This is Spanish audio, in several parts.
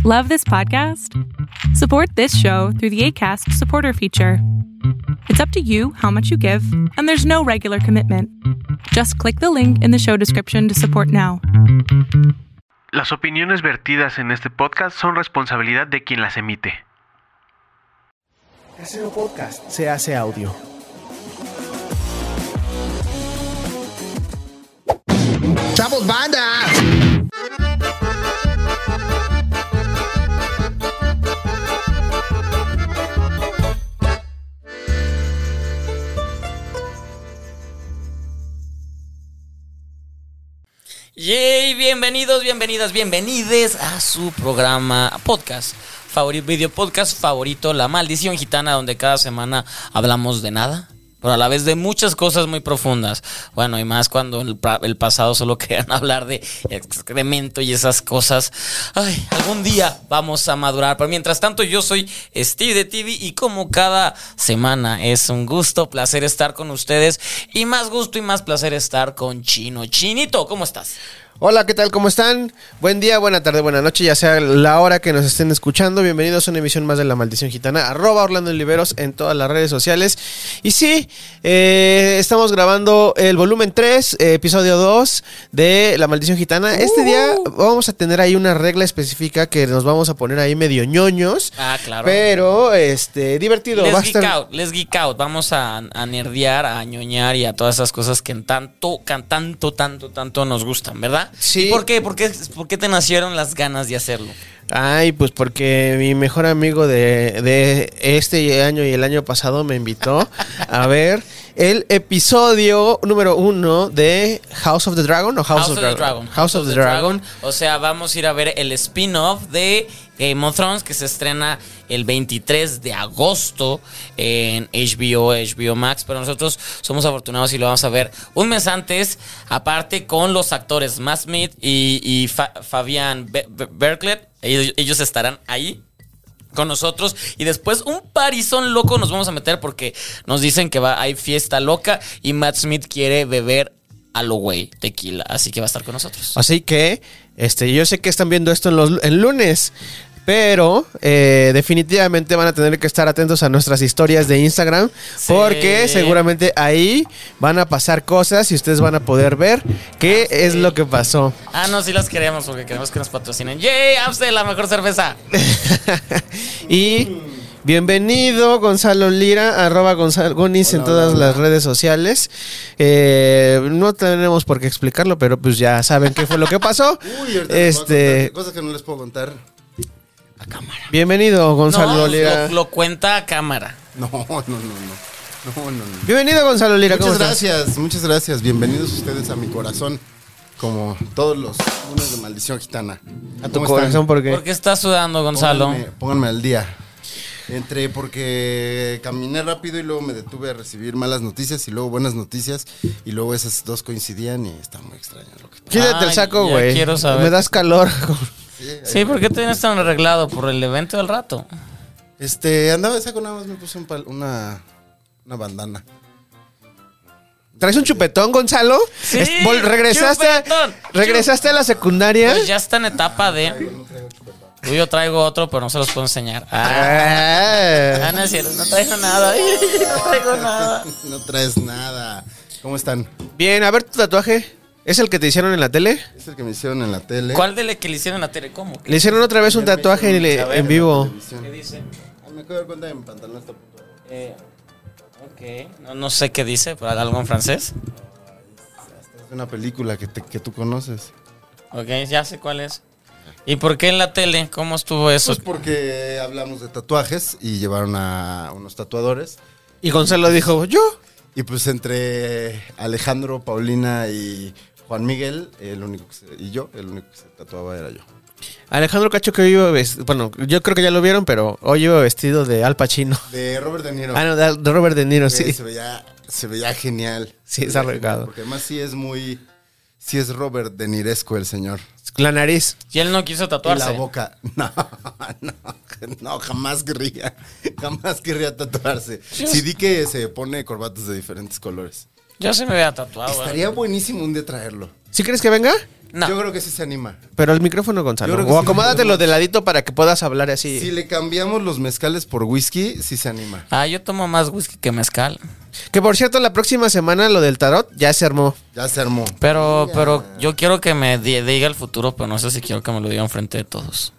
Love this podcast? Support this show through the Acast supporter feature. It's up to you how much you give, and there's no regular commitment. Just click the link in the show description to support now. Las opiniones vertidas en este podcast son responsabilidad de quien las emite. Casero Podcast se hace audio. ¡Chavos, banda! Yay, bienvenidos, bienvenidas, bienvenides a su programa podcast favorito, video podcast favorito, La Maldición Gitana, donde cada semana hablamos de nada, pero a la vez de muchas cosas muy profundas. Bueno, y más cuando el pasado solo querían hablar de excremento y esas cosas. Ay, algún día vamos a madurar. Pero mientras tanto, yo soy Steve de TV y como cada semana es un gusto, placer estar con ustedes. Y más gusto y más placer estar con Chino. Chinito, ¿cómo estás? Hola, ¿qué tal? ¿Cómo están? Buen día, buena tarde, buena noche, ya sea la hora que nos estén escuchando. Bienvenidos a una emisión más de La Maldición Gitana, @Orlando Oliveros en todas las redes sociales. Y sí, estamos grabando el volumen 3, episodio 2 de La Maldición Gitana. Este día vamos a tener ahí una regla específica que nos vamos a poner ahí medio ñoños. Ah, claro. Pero, divertido. Let's geek out. Vamos a nerdear, a ñoñar y a todas esas cosas que tanto nos gustan, ¿verdad? Sí. ¿Y por qué? ¿Por qué te nacieron las ganas de hacerlo? Ay, pues porque mi mejor amigo de este año y el año pasado me invitó a ver el episodio número 1 de House of the Dragon o House of the Dragon. House of the Dragon. O sea, vamos a ir a ver el spin-off de Game of Thrones que se estrena el 23 de agosto en HBO Max, pero nosotros somos afortunados y lo vamos a ver un mes antes, aparte con los actores Matt Smith y Fabian Berklet. Ellos estarán ahí con nosotros y después un parizón loco nos vamos a meter porque nos dicen que hay fiesta loca y Matt Smith quiere beber a lo güey tequila, así que va a estar con nosotros. Así que yo sé que están viendo esto en lunes, pero definitivamente van a tener que estar atentos a nuestras historias de Instagram, sí, porque seguramente ahí van a pasar cosas y ustedes van a poder ver qué es lo que pasó. Ah, no, sí las queremos porque queremos que nos patrocinen. ¡Yay! Amstel, la mejor cerveza. Y bienvenido Gonzalo Lira, @GonzaloGonis en todas las redes sociales. No tenemos por qué explicarlo, pero pues ya saben qué fue lo que pasó. Cosas que no les puedo contar. A cámara. Bienvenido Gonzalo Lira. Lo cuenta a cámara. No. Bienvenido Gonzalo Lira. Muchas gracias. Bienvenidos ustedes a mi corazón, como todos los lunes de Maldición Gitana. ¿A tu corazón por qué? ¿Por qué estás sudando, Gonzalo? Pónganme al día. Porque caminé rápido y luego me detuve a recibir malas noticias y luego buenas noticias y luego esas dos coincidían y está muy extraño lo que pasa. Quítate el saco, güey. Quiero saber. Me das calor. Sí, ¿por qué te vienes tan arreglado? ¿Por el evento del rato? Andaba de saco, nada más me puse una bandana. ¿Traes un chupetón, Gonzalo? Sí, ¿Regresaste a la secundaria? Pues ya está en etapa de... Yo traigo otro, pero no se los puedo enseñar. No es cierto, no traigo nada. No traes nada. ¿Cómo están? Bien, a ver tu tatuaje. ¿Es el que te hicieron en la tele? Es el que me hicieron en la tele. ¿Cuál de que le hicieron en la tele? ¿Cómo? Le hicieron otra vez un tatuaje en vivo. ¿Qué dice? Me acabo de dar cuenta de mi pantalón está punto. Ok, no sé qué dice, pero algo en francés. Es una película que tú conoces. Ok, ya sé cuál es. ¿Y por qué en la tele? ¿Cómo estuvo eso? Pues porque hablamos de tatuajes y llevaron a unos tatuadores. Y Gonzalo dijo, ¿yo? Y pues entre Alejandro, Paulina y Juan Miguel, el único que se tatuaba era yo. Alejandro Cacho que hoy iba bueno, yo creo que ya lo vieron, pero hoy iba vestido de Al Pacino. De Robert De Niro. No, de Robert De Niro, sí. Se veía genial. Sí, está arreglado. Porque además sí es Robert De Niresco el señor. La nariz. Y él no quiso tatuarse. Y la boca. No, jamás querría tatuarse. Sí di que se pone corbatas de diferentes colores. Yo sí me había tatuado. Estaría buenísimo un día traerlo. ¿Sí crees que venga? No. Yo creo que sí se anima. Pero el micrófono, Gonzalo. Yo creo que O sí acomódatelo podemos. de ladito para que puedas hablar así. Si le cambiamos los mezcales por whisky, sí se anima. Yo tomo más whisky que mezcal. Que por cierto, la próxima semana lo del tarot ya se armó. Ya se armó. Pero yo quiero que me diga el futuro, pero no sé si quiero que me lo diga enfrente de todos.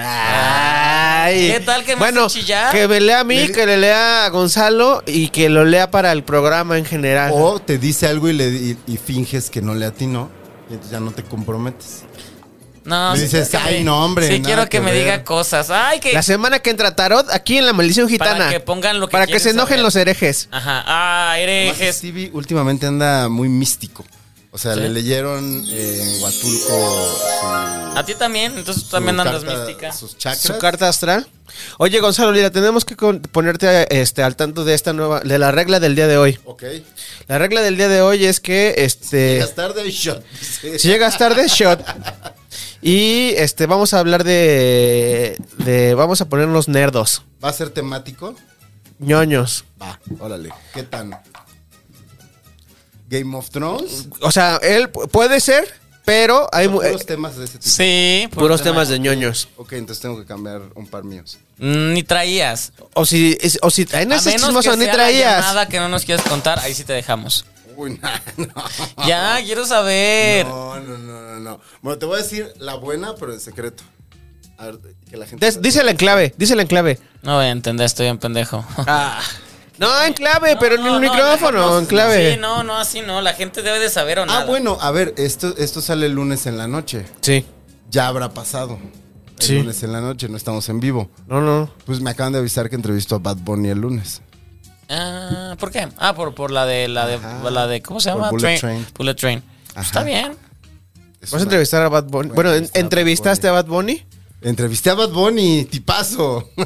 Ay. ¿Qué tal que me bueno, hace chillar? que me lea a mí, que le lea a Gonzalo y que lo lea para el programa en general. O te dice algo y finges que no le atinó y entonces ya no te comprometes. No, Le sí dices, quiero que "Ay, me- no, hombre, Sí, nada quiero que que me ver". diga cosas. Ay, que. La semana que entra tarot aquí en La Maldición Gitana. Para que pongan lo que Para que quieren se enojen saber. los herejes. Ajá. Además, Herejes. Stevie últimamente anda muy místico. O sea, ¿Sí? le leyeron en Huatulco A ti también, entonces tú también su andas carta, mística. sus chakras. Su carta astral. Oye, Gonzalo Lira, tenemos que ponerte al tanto de esta nueva, de la regla del día de hoy. Ok. La regla del día de hoy es que Llegas tarde y shot. dice. si llegas tarde, shot. Y vamos a hablar de vamos a ponernos nerdos, ¿Va a ser temático? ñoños. Va, órale. ¿Qué tan? ¿Game of Thrones? O sea, él puede ser, pero hay Puros temas de ese tipo. Sí, puros temas de ñoños. Ok, entonces tengo que cambiar un par míos. Ni traías. O si en A ese menos chismoso que ni sea la traías. llamada que no nos quieres contar, ahí sí te dejamos. Uy, no. Ya, quiero saber. No. Bueno, te voy a decir la buena, pero en secreto. A ver, que la gente... Dísela en clave. No voy a entender, estoy en pendejo. No, en clave, pero en el No, micrófono, no, en clave. Sí, no, así no. La gente debe de saber o nada. bueno, a ver, esto sale el lunes en la noche. Sí. Ya habrá pasado. El Sí. lunes en la noche, no estamos en vivo. No. Pues me acaban de avisar que entrevistó a Bad Bunny el lunes. ¿Por qué? Por la de ¿cómo se Por llama? Bullet Train. Bullet Train. Ajá. Está bien. Es ¿Vas a una- entrevistar a Bad Bunny? Voy a Bueno, entrevistar a Bad ¿entrevistaste a Bad Bunny? Entrevisté a Bad Bunny, tipazo. Voy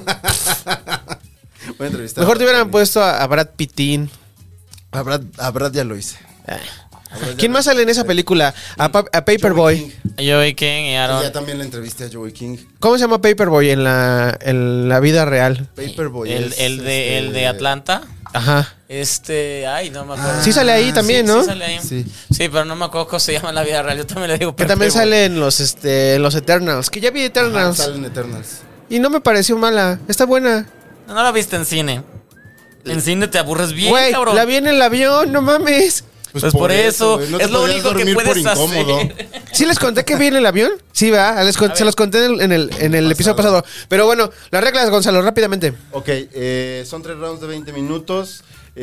a entrevistar Mejor a te Bad hubieran Bunny. puesto a Brad Pittin. A Brad ya lo hice. ¿Quién más sale en esa película? A Paperboy. Joey King y Ya Aaron. también le entrevisté a Joey King. ¿Cómo se llama Paperboy en la vida real? Paperboy. El de Atlanta. Ajá. Ay, no me acuerdo. Sí sale ahí también, ¿no? Sí sale ahí. Sí. Sí, pero no me acuerdo cómo se llama en la vida real. Yo también le digo Que también Paperboy. sale en los Eternals. Que ya vi Eternals. Salen Eternals. Y no me pareció mala. Está buena. No la viste en cine. En cine te aburres bien, Güey, cabrón. la vi en el avión, no mames. Pues por eso, güey, no te es lo podías único que dormir por puedes incómodo. hacer. ¿Sí les conté que vi en el avión? Sí, va. Se los conté en el episodio pasado. Pero bueno, las reglas, Gonzalo, rápidamente. Ok, son 3 rounds de 20 minutos.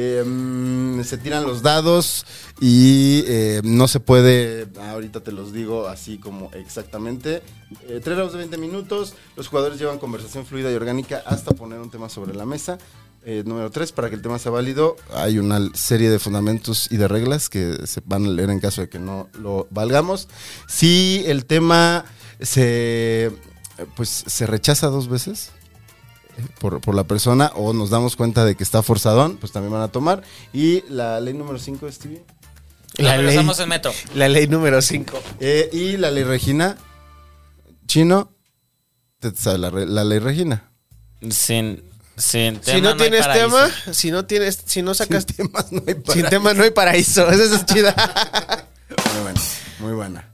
Se tiran los dados y no se puede, ahorita te los digo así como exactamente. 3 rounds de 20 minutos. Los jugadores llevan conversación fluida y orgánica hasta poner un tema sobre la mesa. Número 3, para que el tema sea válido, hay una serie de fundamentos y de reglas que se van a leer en caso de que no lo valgamos. Si el tema se rechaza 2 veces por la persona o nos damos cuenta de que está forzadón, pues también van a tomar. Y la ley número 5, Stevie. La regresamos en metro. La ley número 5. Y la ley Regina. Chino, ¿te sabes la ley Regina? Sin tema, Si no hay tienes paraíso. tema, si no sacas Sin temas no hay sin paraíso. tema no hay paraíso. Esa es chida. Muy buena, muy buena.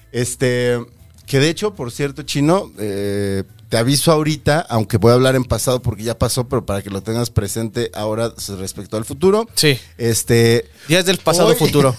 Que de hecho, por cierto, Chino, te aviso ahorita, aunque voy a hablar en pasado porque ya pasó, pero para que lo tengas presente ahora respecto al futuro. Sí. Días del pasado Hoy- futuro.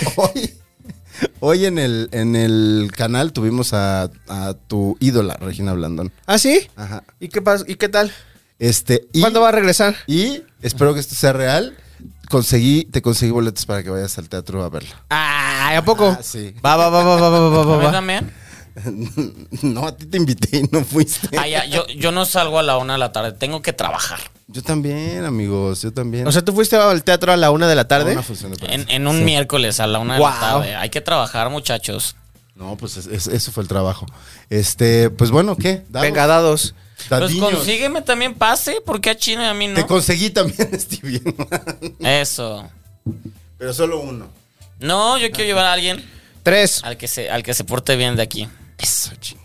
Hoy en el canal tuvimos a tu ídola, Regina Blandón. ¿Ah, sí? Ajá. ¿Y qué pasa? ¿Y qué tal? Y, ¿Cuándo va a regresar? Y espero que esto sea real. Te conseguí boletos para que vayas al teatro a verla. Ah, ¿a poco? Ah, sí. Va. ¿A mí también? No, a ti te invité y no fuiste. Ya, yo no salgo a la 1 de la tarde, tengo que trabajar. Yo también, amigos, yo también. O sea, ¿tú fuiste al teatro a la 1 de la tarde? Una función de prensa. En un Sí. miércoles a la 1 de Wow. la tarde. Hay que trabajar, muchachos. No, pues eso fue el trabajo. Pues bueno, ¿qué? Dados. Venga, dados. Pues Dadiños. consígueme también pase, porque a Chino y a mí no. Te conseguí también, Stevie. Eso. Pero solo uno. No, yo quiero llevar a alguien 3. al que se porte bien de aquí. Eso, chinga.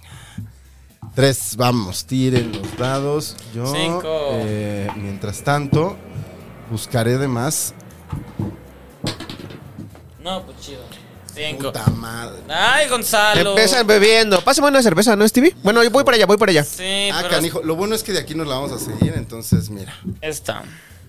3, vamos, tiren los dados. Yo, 5. Mientras tanto, buscaré de más. No, pues chido. 5. Puta madre. Ay, Gonzalo. Empiezan bebiendo. Pásame una cerveza, ¿no, Stevie? Bueno, yo voy para allá. Sí, Ah, pero canijo. Lo bueno es que de aquí nos la vamos a seguir, entonces, mira. esta.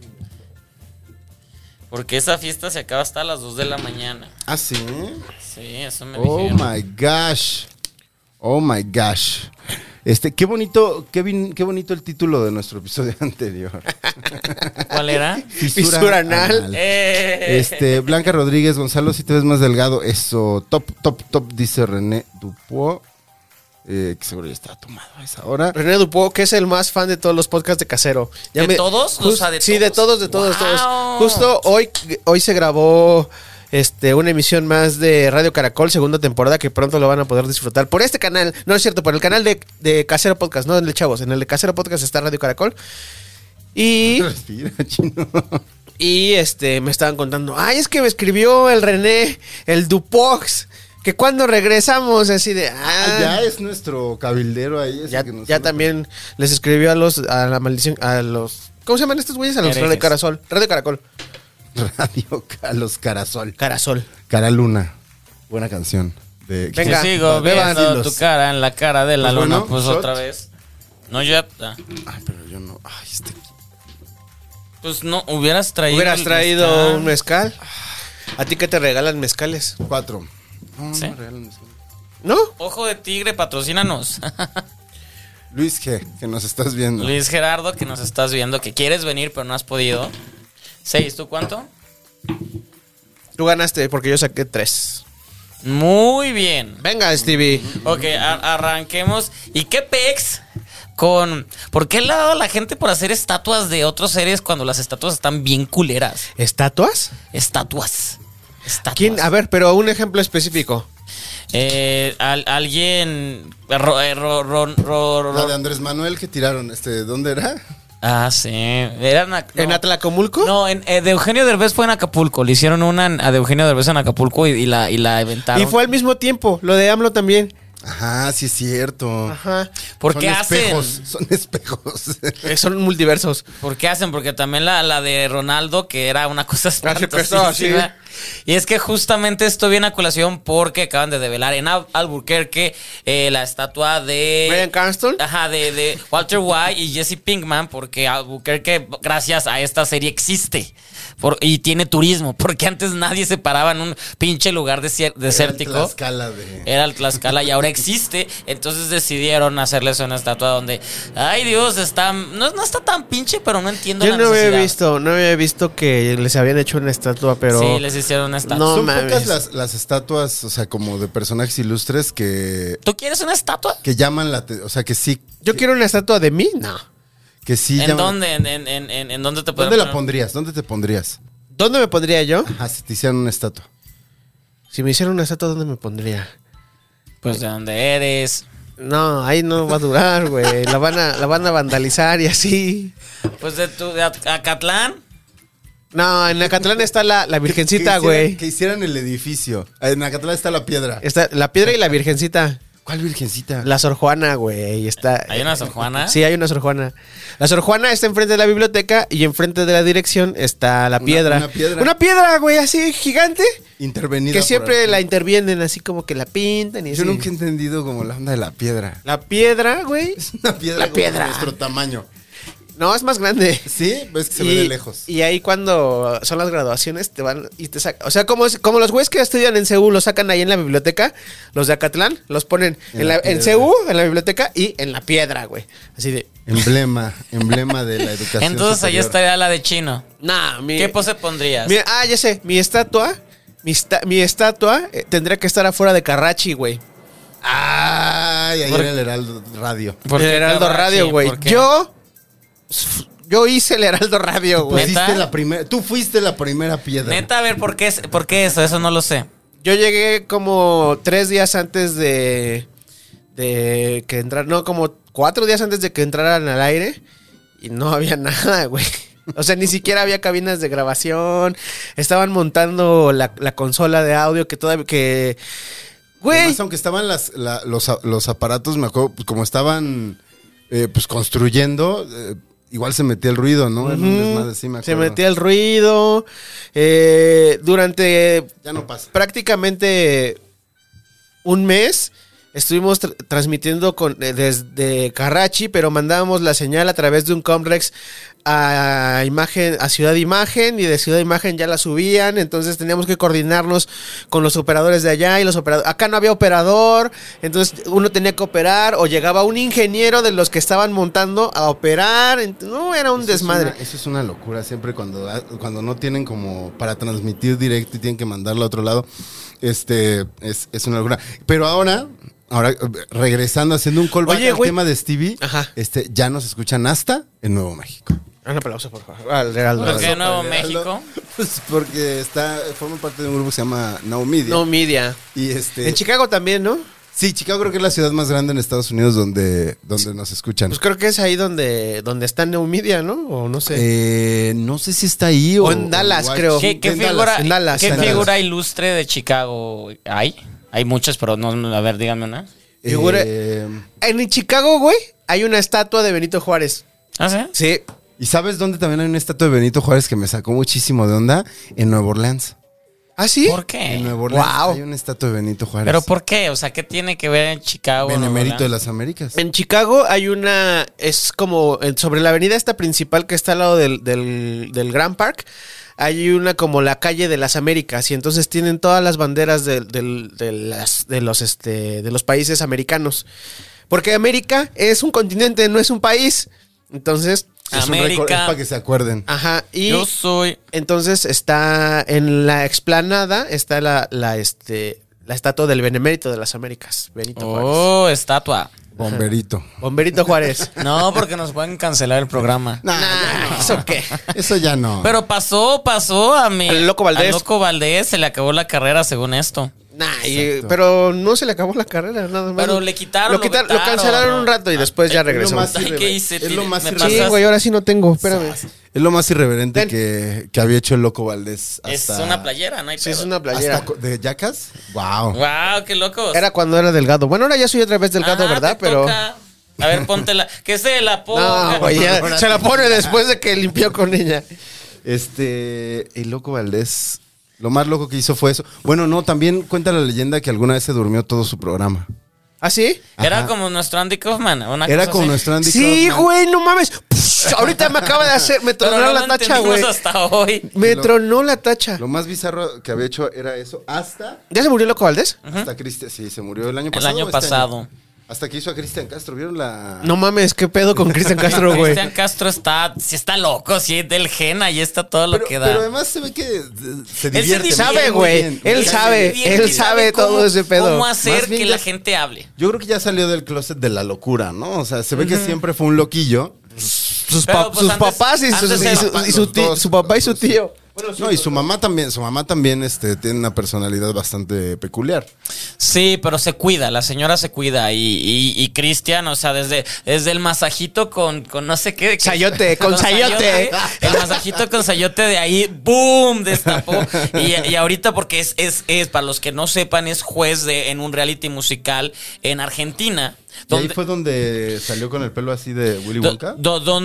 Porque esa fiesta se acaba hasta las 2 de la mañana. ¿Ah, sí? Sí, eso me Oh dijeron. my gosh. Oh my gosh. Qué bonito el título de nuestro episodio anterior. ¿Cuál era? Fisura anal. Blanca Rodríguez, Gonzalo, si te ves más delgado. Eso, top, dice René Dupuo. Que seguro ya estaba tomado a esa hora. René Dupuo, que es el más fan de todos los podcasts de Casero. ¿De todos? O sea, ¿de sí, todos? de todos. ¡Wow! Justo hoy se grabó una emisión más de Radio Caracol, segunda temporada, que pronto lo van a poder disfrutar por este canal. No es cierto, por el canal de Casero Podcast, no el de Chavos. En el de Casero Podcast está Radio Caracol. Y Respira, chino. Y me estaban contando, ay, es que me escribió el René, el Dupox, que cuando regresamos, así de, Ya es nuestro cabildero ahí. ese ya, que nos ya anda- también les escribió a la maldición, ¿cómo se llaman estos güeyes? A los Herejes. Radio Caracol, Radio Caracol. A los Carasol. Carasol. Cara Luna. Buena canción. Venga, Yo sigo beban. viendo tu cara en la cara de la Pues luna. bueno, Pues shot. otra vez. No, ya. Ay, pero yo no. Ay, Pues no, hubieras traído. Hubieras el traído mezcal. un mezcal. ¿A ti qué te regalan mezcales? 4. No, ¿Sí? no regalan eso. ¿No? Ojo de tigre, patrocínanos. Luis G, que nos estás viendo. Luis Gerardo, que nos estás viendo, que quieres venir, pero no has podido. 6, ¿tú cuánto? Tú ganaste porque yo saqué 3. Muy bien. Venga, Stevie. Ok, arranquemos. ¿Y qué pex con... ¿Por qué le ha dado la gente por hacer estatuas de otros seres cuando las estatuas están bien culeras? ¿Estatuas? Estatuas. ¿Quién? A ver, pero un ejemplo específico. Alguien... La de Andrés Manuel que tiraron, ¿dónde era? Ah, sí. Era ¿En Atlacomulco? No, de Eugenio Derbez fue en Acapulco. Le hicieron una a de Eugenio Derbez en Acapulco y la inventaron. Y fue al mismo tiempo, lo de AMLO también. Ajá, sí es cierto. Ajá. ¿Por Son qué espejos, hacen? son espejos. Son multiversos. ¿Por qué hacen? Porque también la de Ronaldo, que era una cosa empezó espantosísima. Y es que justamente esto viene a colación porque acaban de develar en Albuquerque la estatua de... Bryan Cranston. Ajá, de Walter White y Jesse Pinkman, porque Albuquerque, gracias a esta serie, existe. Y tiene turismo, porque antes nadie se paraba en un pinche lugar desértico. Era el Tlaxcala y ahora existe. Entonces decidieron hacerles una estatua donde, ay Dios, no está tan pinche, pero no entiendo Yo la necesidad. no había visto que les habían hecho una estatua, pero... Sí, les hicieron una estatua. No Son mames. pocas las estatuas, o sea, como de personajes ilustres que ¿Tú quieres una estatua? llaman o sea, que sí. Yo quiero una estatua de mí, no. Que sí ¿En llaman- dónde? ¿En dónde te pueden ¿Dónde la poner? pondrías? ¿Dónde te pondrías? ¿Dónde me pondría yo? Ah, si te hicieran una estatua. Si me hicieran una estatua, ¿dónde me pondría? Pues de dónde eres. No, ahí no va a durar, güey. La van a vandalizar y así. Pues de Acatlán. No, en Acatlán está la virgencita, Que güey. hicieran el edificio. En Acatlán está la piedra. Está la piedra y la virgencita. ¿Cuál virgencita? La Sor Juana, güey. Está. ¿Hay una Sor Juana? Sí, hay una Sor Juana. La Sor Juana está enfrente de la biblioteca y enfrente de la dirección está la piedra. una piedra. Una piedra, güey, así gigante. Intervenida. Que por siempre alguien. la intervienen, así como que la pintan y Yo así. nunca he entendido como la onda de la piedra. La piedra, güey. Es una piedra La como piedra. de nuestro tamaño. No, es más grande. ¿Sí? Ves que se ve de lejos. Y ahí cuando son las graduaciones te van y te sacan. O sea, como los güeyes que estudian en CEU los sacan ahí en la biblioteca, los de Acatlán los ponen En la en piedra. CEU, en la biblioteca y en la piedra, güey. Así de. Emblema de la educación. Entonces ahí superior. estaría la de Chino. Nah, ¿Qué pose pondrías? Ya sé, mi estatua tendría que estar afuera de Carrachi, güey. Ay, ahí ¿Por- era el Heraldo Radio. ¿Por El qué Heraldo Carrachi? Radio, güey. ¿Por qué? Yo hice el Heraldo Radio, güey. ¿Neta? Tú fuiste la primera piedra. Neta, a ver, ¿por qué eso? Eso no lo sé. Yo llegué como 3 días antes de que entrar, no, como 4 días antes de que entraran al aire y no había nada, güey. O sea, ni siquiera había cabinas de grabación. Estaban montando la consola de audio que todavía güey. Además, aunque estaban los aparatos, me acuerdo, pues, como estaban pues construyendo, igual se metía el ruido, ¿no? Era un desmadre, sí, me acuerdo. Se metía el ruido. Durante Ya no pasa. prácticamente un mes estuvimos transmitiendo desde Carrachi, pero mandábamos la señal a través de un Comrex a Ciudad Imagen, y de Ciudad Imagen ya la subían, entonces teníamos que coordinarnos con los operadores de allá, y los operadores, acá no había operador, entonces uno tenía que operar, o llegaba un ingeniero de los que estaban montando a operar, no, era un desmadre. Eso es una locura, siempre cuando no tienen como para transmitir directo y tienen que mandarlo a otro lado, es una locura. Pero ahora regresando, haciendo un callback al tema de Stevie, Ajá. Ya nos escuchan hasta en Nuevo México. Un aplauso, por favor. Al Heraldo. ¿Por qué Nuevo Heraldo. México? Pues porque forma parte de un grupo que se llama Now Media. No Media. Y En Chicago también, ¿no? Sí, Chicago creo que es la ciudad más grande en Estados Unidos donde nos escuchan. Pues creo que es ahí donde está New Media, ¿no? O no sé. No sé si está ahí O en Dallas, creo. ¿Qué En Dallas, en Dallas, ¿Qué en Dallas. figura ilustre de Chicago hay? Hay muchas, pero no, a ver, díganme una. En Chicago, güey, hay una estatua de Benito Juárez. ¿Ah, sí? Sí. ¿Y sabes dónde también hay una estatua de Benito Juárez que me sacó muchísimo de onda? En Nueva Orleans. ¿Ah, sí? ¿Por qué? En Nueva Orleans Wow. hay una estatua de Benito Juárez. ¿Pero por qué? O sea, ¿qué tiene que ver en Chicago? Benemérito de Nueva las Américas. En Chicago hay una, es como sobre la avenida esta principal que está al lado del Grand Park, hay una como la calle de las Américas, y entonces tienen todas las banderas de los países americanos. Porque América es un continente, no es un país. Entonces, Es un récord, América. es para que se acuerden. ajá, y Yo soy... entonces está en la explanada, está la estatua del Benemérito de las Américas, Benito Juárez. Oh, estatua. Bomberito. Bomberito Juárez. No, porque nos pueden cancelar el programa. Nah, ¿eso qué? Eso ya no. Pero pasó a mi... Al Loco Valdés. Al Loco Valdés se le acabó la carrera según esto. Nah, pero no se le acabó la carrera, nada más. Pero le quitaron, Lo lo vetaron, cancelaron ¿no? un rato y después ya es lo regresó. más Ay, ¿qué hice? Es lo más Me Sí, pasas- güey, ahora sí no tengo, espérame. Es lo más irreverente Ven. que había hecho el Loco Valdés. Es hasta- una playera, no hay Sí, es pedo. una playera. ¿De Jackass? Wow. Wow, qué locos. Era cuando era delgado. Bueno, ahora ya soy otra vez delgado, Ajá, ¿verdad? te Pero... toca. A ver, póntela. Que se la ponga. No, güey, ya se la pone después de que limpió con ella. El Loco Valdés, lo más loco que hizo fue eso. Bueno, no, también cuenta la leyenda que alguna vez se durmió todo su programa. ¿Ah, sí? Era Ajá. como nuestro Andy Kaufman. Una Era cosa como así. nuestro Andy Sí, Kaufman. güey, no mames. Psh, ahorita me acaba de hacer, me Pero tronó no la lo tacha, entendimos güey. hasta hoy. Me tronó la tacha. Lo más bizarro que había hecho era eso hasta ¿Ya se murió Loco Valdés? Cristian. Sí, se murió el año El pasado. año o este pasado. año? Hasta que hizo a Cristian Castro. ¿Vieron la...? No mames, ¿qué pedo con Cristian Castro, güey? Cristian Castro está loco, sí, del gen, ahí está todo lo que da. Pero además se ve que se divierte. divierte Sabe, muy güey. bien. Él sabe. Bien, Él y sabe todo cómo- ese pedo. Cómo hacer Más bien que ya- la gente hable. Yo creo que ya salió del closet de la locura, ¿no? O sea, se ve que siempre fue un loquillo. Pero, pues, sus antes- papás y antes su era- tío, su papá y su tío. No, y su mamá también tiene una personalidad bastante peculiar. Sí, pero se cuida, la señora se cuida. Y Cristian, o sea, desde el masajito con no sé qué. Sayote, con sayote. El masajito con sayote de ahí, ¡boom! Destapó. Y ahorita, porque es, para los que no sepan, es juez en un reality musical en Argentina. Y ahí fue donde salió con el pelo así de Willy Wonka.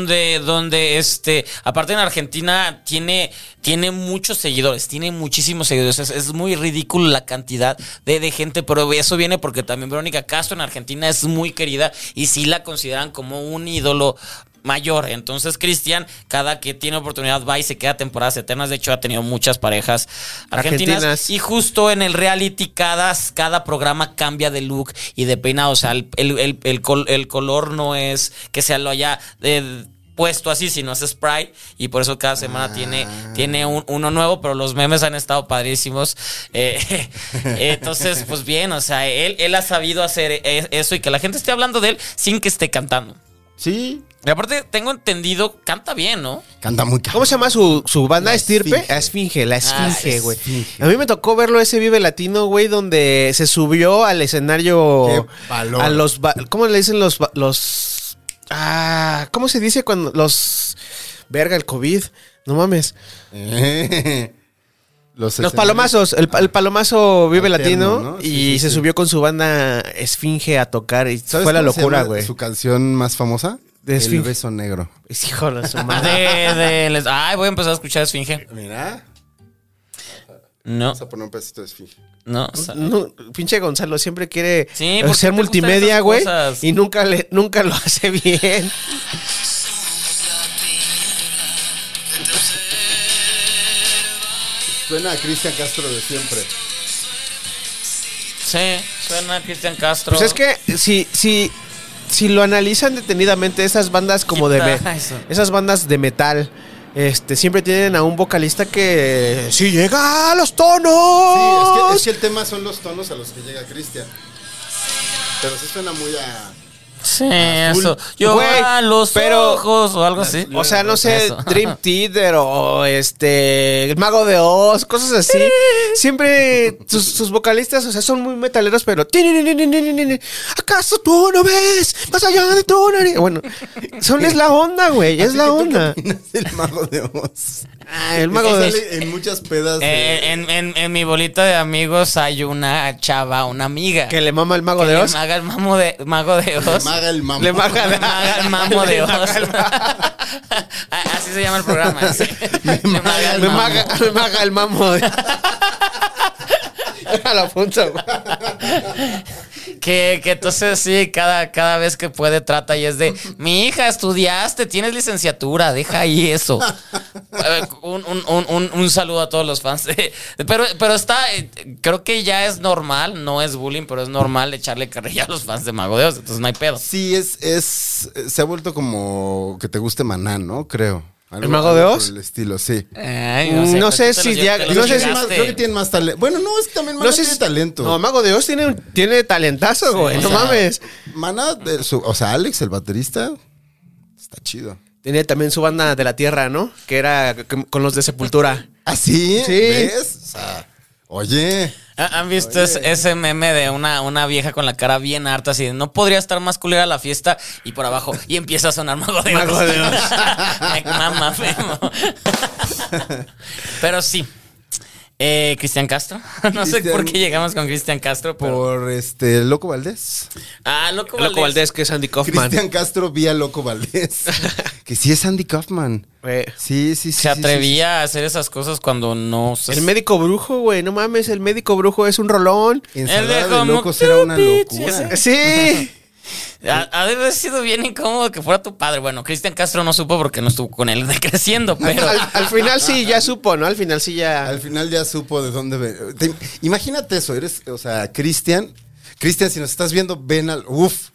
Donde aparte en Argentina tiene muchos seguidores, tiene muchísimos seguidores. Es muy ridículo la cantidad de gente, pero eso viene porque también Verónica Castro en Argentina es muy querida y sí la consideran como un ídolo mayor. Entonces Cristian, cada que tiene oportunidad va y se queda temporadas eternas. De hecho ha tenido muchas parejas argentinas. Y justo en el reality cada programa cambia de look y de peinado. O sea, el color no es que se lo haya puesto así, sino es spray, y por eso cada semana tiene uno nuevo, pero los memes han estado padrísimos. Entonces, pues bien, o sea, él ha sabido hacer eso y que la gente esté hablando de él sin que esté cantando. Sí. Y aparte, tengo entendido, canta bien, ¿no? Canta muy cabrón. ¿Cómo se llama su banda? La ¿Estirpe? Esfinge. La Esfinge, güey. Esfinge. A mí me tocó verlo ese Vive Latino, güey, donde se subió al escenario. Qué valor. A los. ¿Cómo le dicen los. ¿Cómo se dice cuando los. Verga, el COVID? No mames. Los palomazos. El palomazo Vive Alterno, Latino. ¿no? Sí, Y sí, se sí. subió con su banda Esfinge a tocar. Y ¿Sabes fue la cómo se locura, llama güey. su canción más famosa? De El Esfinge. beso negro. Es hijo de su madre. Ay, voy a empezar a escuchar Esfinge. Mira. No, Vamos a poner un pedacito de Esfinge. no. No, pinche Gonzalo siempre quiere Sí, ¿por qué ser te gustan multimedia, esas güey. cosas? Y nunca lo hace bien. Suena a Cristian Castro de siempre. Sí, suena a Cristian Castro. Pues es que si lo analizan detenidamente, esas bandas como Quita eso. esas bandas de metal, siempre tienen a un vocalista que sí llega a los tonos. Sí, es que el tema son los tonos a los que llega Cristian. Pero sí suena muy a... Sí, Azul. eso. Yo Güey, a los pero- ojos o algo así. O sea, no sé, Eso. Dream Theater o el Mago de Oz, cosas así. Siempre sus vocalistas, o sea, son muy metaleros, pero ¿acaso tú no ves más allá de tu nariz? Bueno, es la onda, güey, es Así la que tú onda. ¿qué opinas del Mago de Oz? Ah, el Mago de Oz. Sale en muchas pedas de... En mi bolita de amigos hay una chava, una amiga. Que le mama el Mago que de le Oz. maga el mago de Oz. Maga el mamo. Le maga Le maga el mamo de Oz. Así se llama el programa. Sí. Le maga el Me mamo. maga el mamo. A la punta, güey. Que entonces sí, cada vez que puede trata y es de mi hija, estudiaste, tienes licenciatura, deja ahí eso. Un saludo a todos los fans. Pero está, creo que ya es normal, no es bullying, pero es normal echarle carrilla a los fans de Mago de Oz, entonces no hay pedo. Sí, se ha vuelto como que te guste Maná, ¿no? Creo. ¿El Mago de Oz? Por el estilo, sí. Ay, No sé tú te si los ya- te los no sé si llegaste. Creo que tienen más talento. Bueno, no, es que también Maná No sé tiene si- talento. No, Mago de Oz tiene talentazo, güey. o No sea, mames. Maná, o sea, Alex, el baterista, está chido. Tenía también su banda de la tierra, ¿no? Que era con los de Sepultura. ¿Ah, sí? Sí. ¿Ves? O sea, oye. ¿Han visto ese meme de una vieja con la cara bien harta así de no podría estar más culera la fiesta y por abajo y empieza a sonar Mago de Oz? Mago de Oz. Me mama, femo. Pero sí. Cristian Castro. No sé Cristian- por qué llegamos con Cristian Castro, pero... Por Loco Valdés. Loco Loco Valdés, que es Andy Kaufman. Cristian Castro vía Loco Valdés. Que sí es Andy Kaufman. Güey. Sí. Se atrevía a hacer esas cosas cuando no... El médico brujo, güey. No mames, el médico brujo es un rolón. Ensalada El de como locos era una Cupid, locura. Sí. Ha de haber sido bien incómodo que fuera tu padre. Bueno, Cristian Castro no supo porque no estuvo con él de creciendo, pero... Al final sí, ya supo, ¿no? Al final sí ya. Al final ya supo de dónde ven. Imagínate eso, o sea, Cristian, si nos estás viendo, ven al. Uf.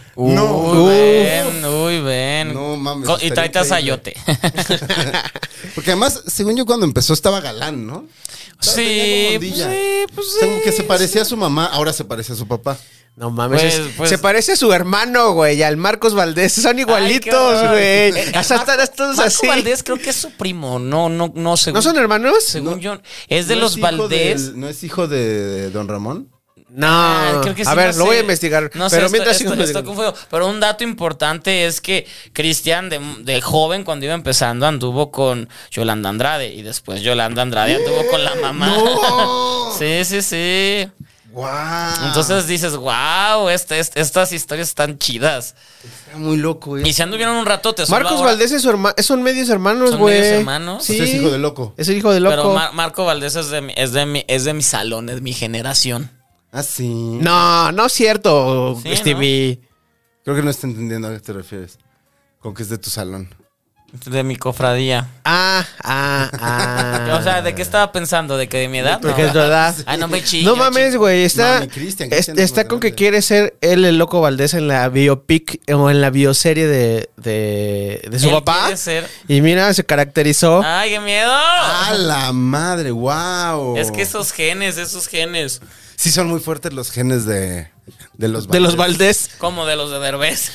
Uy, ven. No mames, Y estaría tráete a increíble. Sayote. Porque además, según yo, cuando empezó estaba galán, ¿no? Sí, Tenía como pues ondilla. sí, pues O sea, como sí. que se parecía a su mamá, ahora se parece a su papá. No mames. Pues- se parece a su hermano, güey, al Marcos Valdés. Son Ay, igualitos, qué horror. güey. Marco Hasta están todos Marco así. Valdés creo que es su primo. No, según, ¿No son hermanos? según No. yo. Es de ¿No los es hijo Valdés. ¿No es hijo de Don Ramón? No. Creo que sí, a ver, no lo voy a sé. investigar. No sé, pero mientras sigo estoy investigando. confundido. Pero un dato importante es que Cristian, de joven, cuando iba empezando, anduvo con Yolanda Andrade. Y después Yolanda Andrade anduvo con la mamá. ¡No! Sí. ¡Guau! Entonces dices, wow, estas historias están chidas. Está muy loco, Y si anduvieron un rato, te solo Marcos ahora- Valdés es su hermano. Son medios hermanos, ¿Son güey. medios hermanos? Sí. O sea, es hijo de loco. Es el hijo de loco. Pero Marco Valdés es de mi salón, es de mi generación. Ah, sí. No es cierto, Sí, Stevie. Creo que no está entendiendo a qué te refieres. Con que es de tu salón. De mi cofradía. Ah. O sea, ¿de qué estaba pensando? ¿De que de mi edad? Porque No. es verdad. Ay, no me chilles. No mames, güey. Está, No, ni Cristian está es más con que grande. quiere ser él el Loco Valdés en la biopic o en la bioserie de su Él papá. quiere ser- Y mira, se caracterizó. ¡Ay, qué miedo! ¡A la madre! ¡Wow! Es que esos genes. Sí son muy fuertes los genes de los De los Valdés. Valdés. Como de los de Derbez.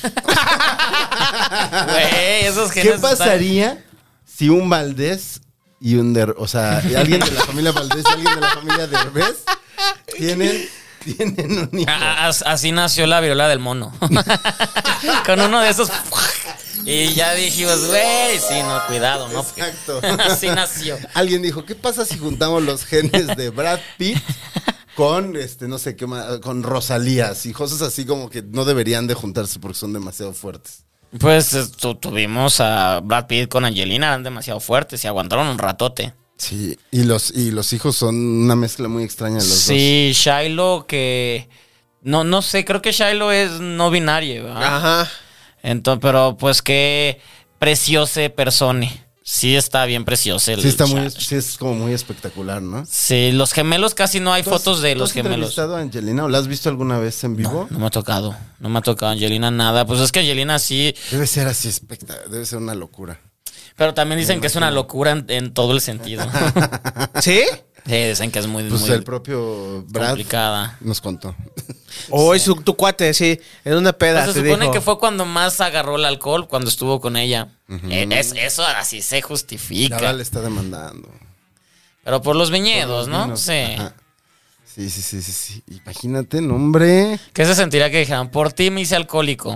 Güey, esos genes. ¿Qué pasaría si un Valdés y o sea, alguien de la familia Valdés y alguien de la familia Derbez tienen un hijo? Así nació la viruela del mono. Con uno de esos. Y ya dijimos, güey, sí, no, cuidado, ¿no? Porque Exacto. así nació. Alguien dijo, ¿qué pasa si juntamos los genes de Brad Pitt con no sé qué más, con Rosalía? Y cosas así como que no deberían de juntarse porque son demasiado fuertes. Pues tuvimos a Brad Pitt con Angelina, eran demasiado fuertes y aguantaron un ratote. Sí, y los hijos son una mezcla muy extraña de los dos. Sí, Shiloh que... No sé, creo que Shiloh es no binario, ¿verdad? Ajá. Entonces, pero pues qué preciosa persona. Sí está bien precioso. Sí, está muy, sí es como muy espectacular, ¿no? Sí, los gemelos casi no hay fotos de los gemelos. ¿Has entrevistado a Angelina o la has visto alguna vez en vivo? No me ha tocado. No me ha tocado Angelina nada. Pues es que Angelina sí... Debe ser así, debe ser una locura. Pero también dicen que es una locura en todo el sentido. ¿Sí? Sí, dicen que es muy, Pues muy el propio Brad complicada. nos contó. Hoy tu cuate, sí, en una peda. Pues se te supone dijo. que fue cuando más agarró el alcohol, cuando estuvo con ella. Eso así se Y justifica. ahora le está demandando. Pero por los viñedos, ¿no? Vinos. Sí. Ajá. Sí. Imagínate, nombre. ¿Qué se sentiría que dijeran? Por ti me hice alcohólico.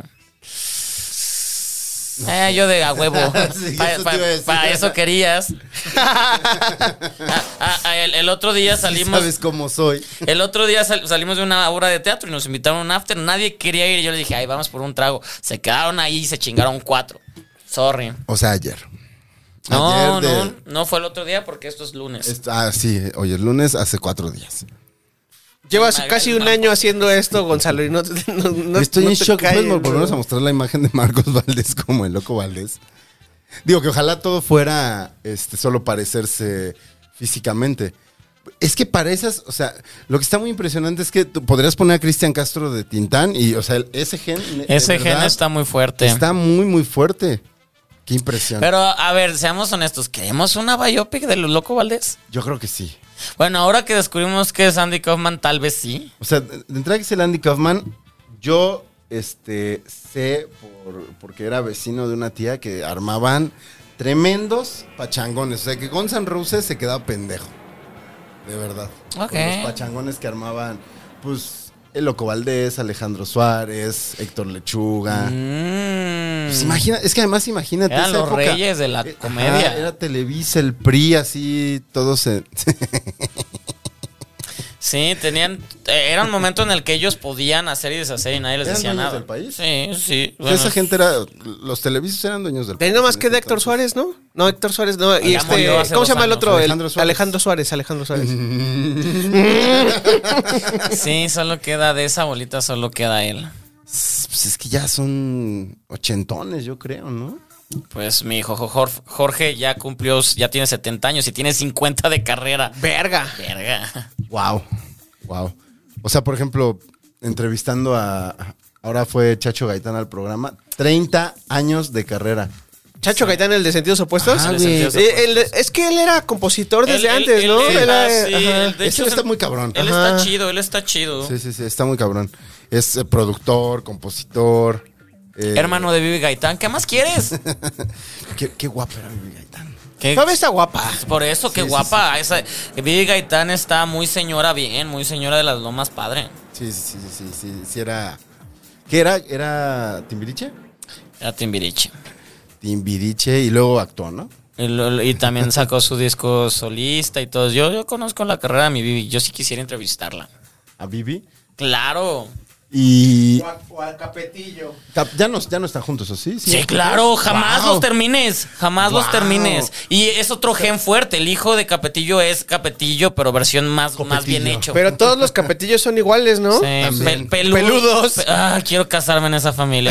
Yo de a huevo. Sí, eso te iba a decir. Para eso querías. El otro día salimos. ¿Sabes cómo soy? El otro día salimos de una obra de teatro y nos invitaron a un after. Nadie quería ir. Y yo le dije, ay, vamos por un trago. Se quedaron ahí y se chingaron 4. Sorry. O sea, ayer. No fue el otro día porque esto es lunes. Sí, hoy es lunes, hace 4 días. Llevas casi un año haciendo esto, Gonzalo, y no Estoy no en te shock. cae, ¿Puedes volvernos a mostrar la imagen de Marcos Valdés como el loco Valdés? Digo que ojalá todo fuera solo parecerse físicamente. Es que pareces, o sea, lo que está muy impresionante es que tú podrías poner a Cristian Castro de Tintán y, o sea, ese gen. Ese gen está muy fuerte. Está muy, muy fuerte. Qué impresión. Pero, a ver, seamos honestos. ¿Queremos una biopic de Loco Valdés? Yo creo que sí. Bueno, ahora que descubrimos que es Andy Kaufman, tal vez sí. O sea, de entrada que es el Andy Kaufman, yo sé porque era vecino de una tía que armaban tremendos pachangones. O sea, que Guns N' Roses se quedaba pendejo. De verdad. Ok. Con los pachangones que armaban, pues, el Loco Valdés, Alejandro Suárez, Héctor Lechuga. Pues es que además imagínate Eran esa los época. reyes de la comedia. Era Televisa, el PRI, así, todos se... Sí, era un momento en el que ellos podían hacer y deshacer y nadie les ¿Eran decía dueños nada. del país? Sí. Bueno, esa gente los televisos eran dueños del país. Tenía más en que de ese Héctor entonces. Suárez, ¿no? No, Héctor Suárez, no. Y Ya murió hace ¿cómo se 2 llama el años. otro? Alejandro Suárez. Alejandro Suárez. Sí, solo queda de esa bolita, solo queda él. Pues es que ya son 80, yo creo, ¿no? Pues mi hijo Jorge ya tiene 70 años y tiene 50 de carrera. Verga. Verga. Wow. O sea, por ejemplo, entrevistando ahora fue Chacho Gaitán al programa, 30 años de carrera. Chacho Gaitán, el de Sentidos Opuestos. Ajá, güey. Es que él era compositor desde Él- antes, él- ¿no? él- Era, sí, ajá. de hecho, Ese está muy cabrón. Él Ajá. está chido. Sí, está muy cabrón. Es productor, compositor. Hermano de Vivi Gaitán, ¿qué más quieres? Qué guapo era Vivi Gaitán. ¿Qué? Todavía está guapa. Por eso, qué Sí, guapa. Vivi Gaitán está muy señora de las lomas padre. Sí era... ¿Qué era? ¿Era Timbiriche? Era Timbiriche. Timbiriche y luego actuó, ¿no? Y también sacó su disco solista y todo. Yo conozco la carrera de mi Vivi. Yo sí quisiera entrevistarla. A Vivi. Claro. Y... O al Capetillo. Ya no están juntos, ¿o sí? Sí, claro, jamás Wow. los termines. Jamás los Wow. termines. Y es otro gen fuerte. El hijo de Capetillo es Capetillo, pero versión más bien hecho. Pero todos los Capetillos son iguales, ¿no? Sí, También. Peludos. Quiero casarme en esa familia.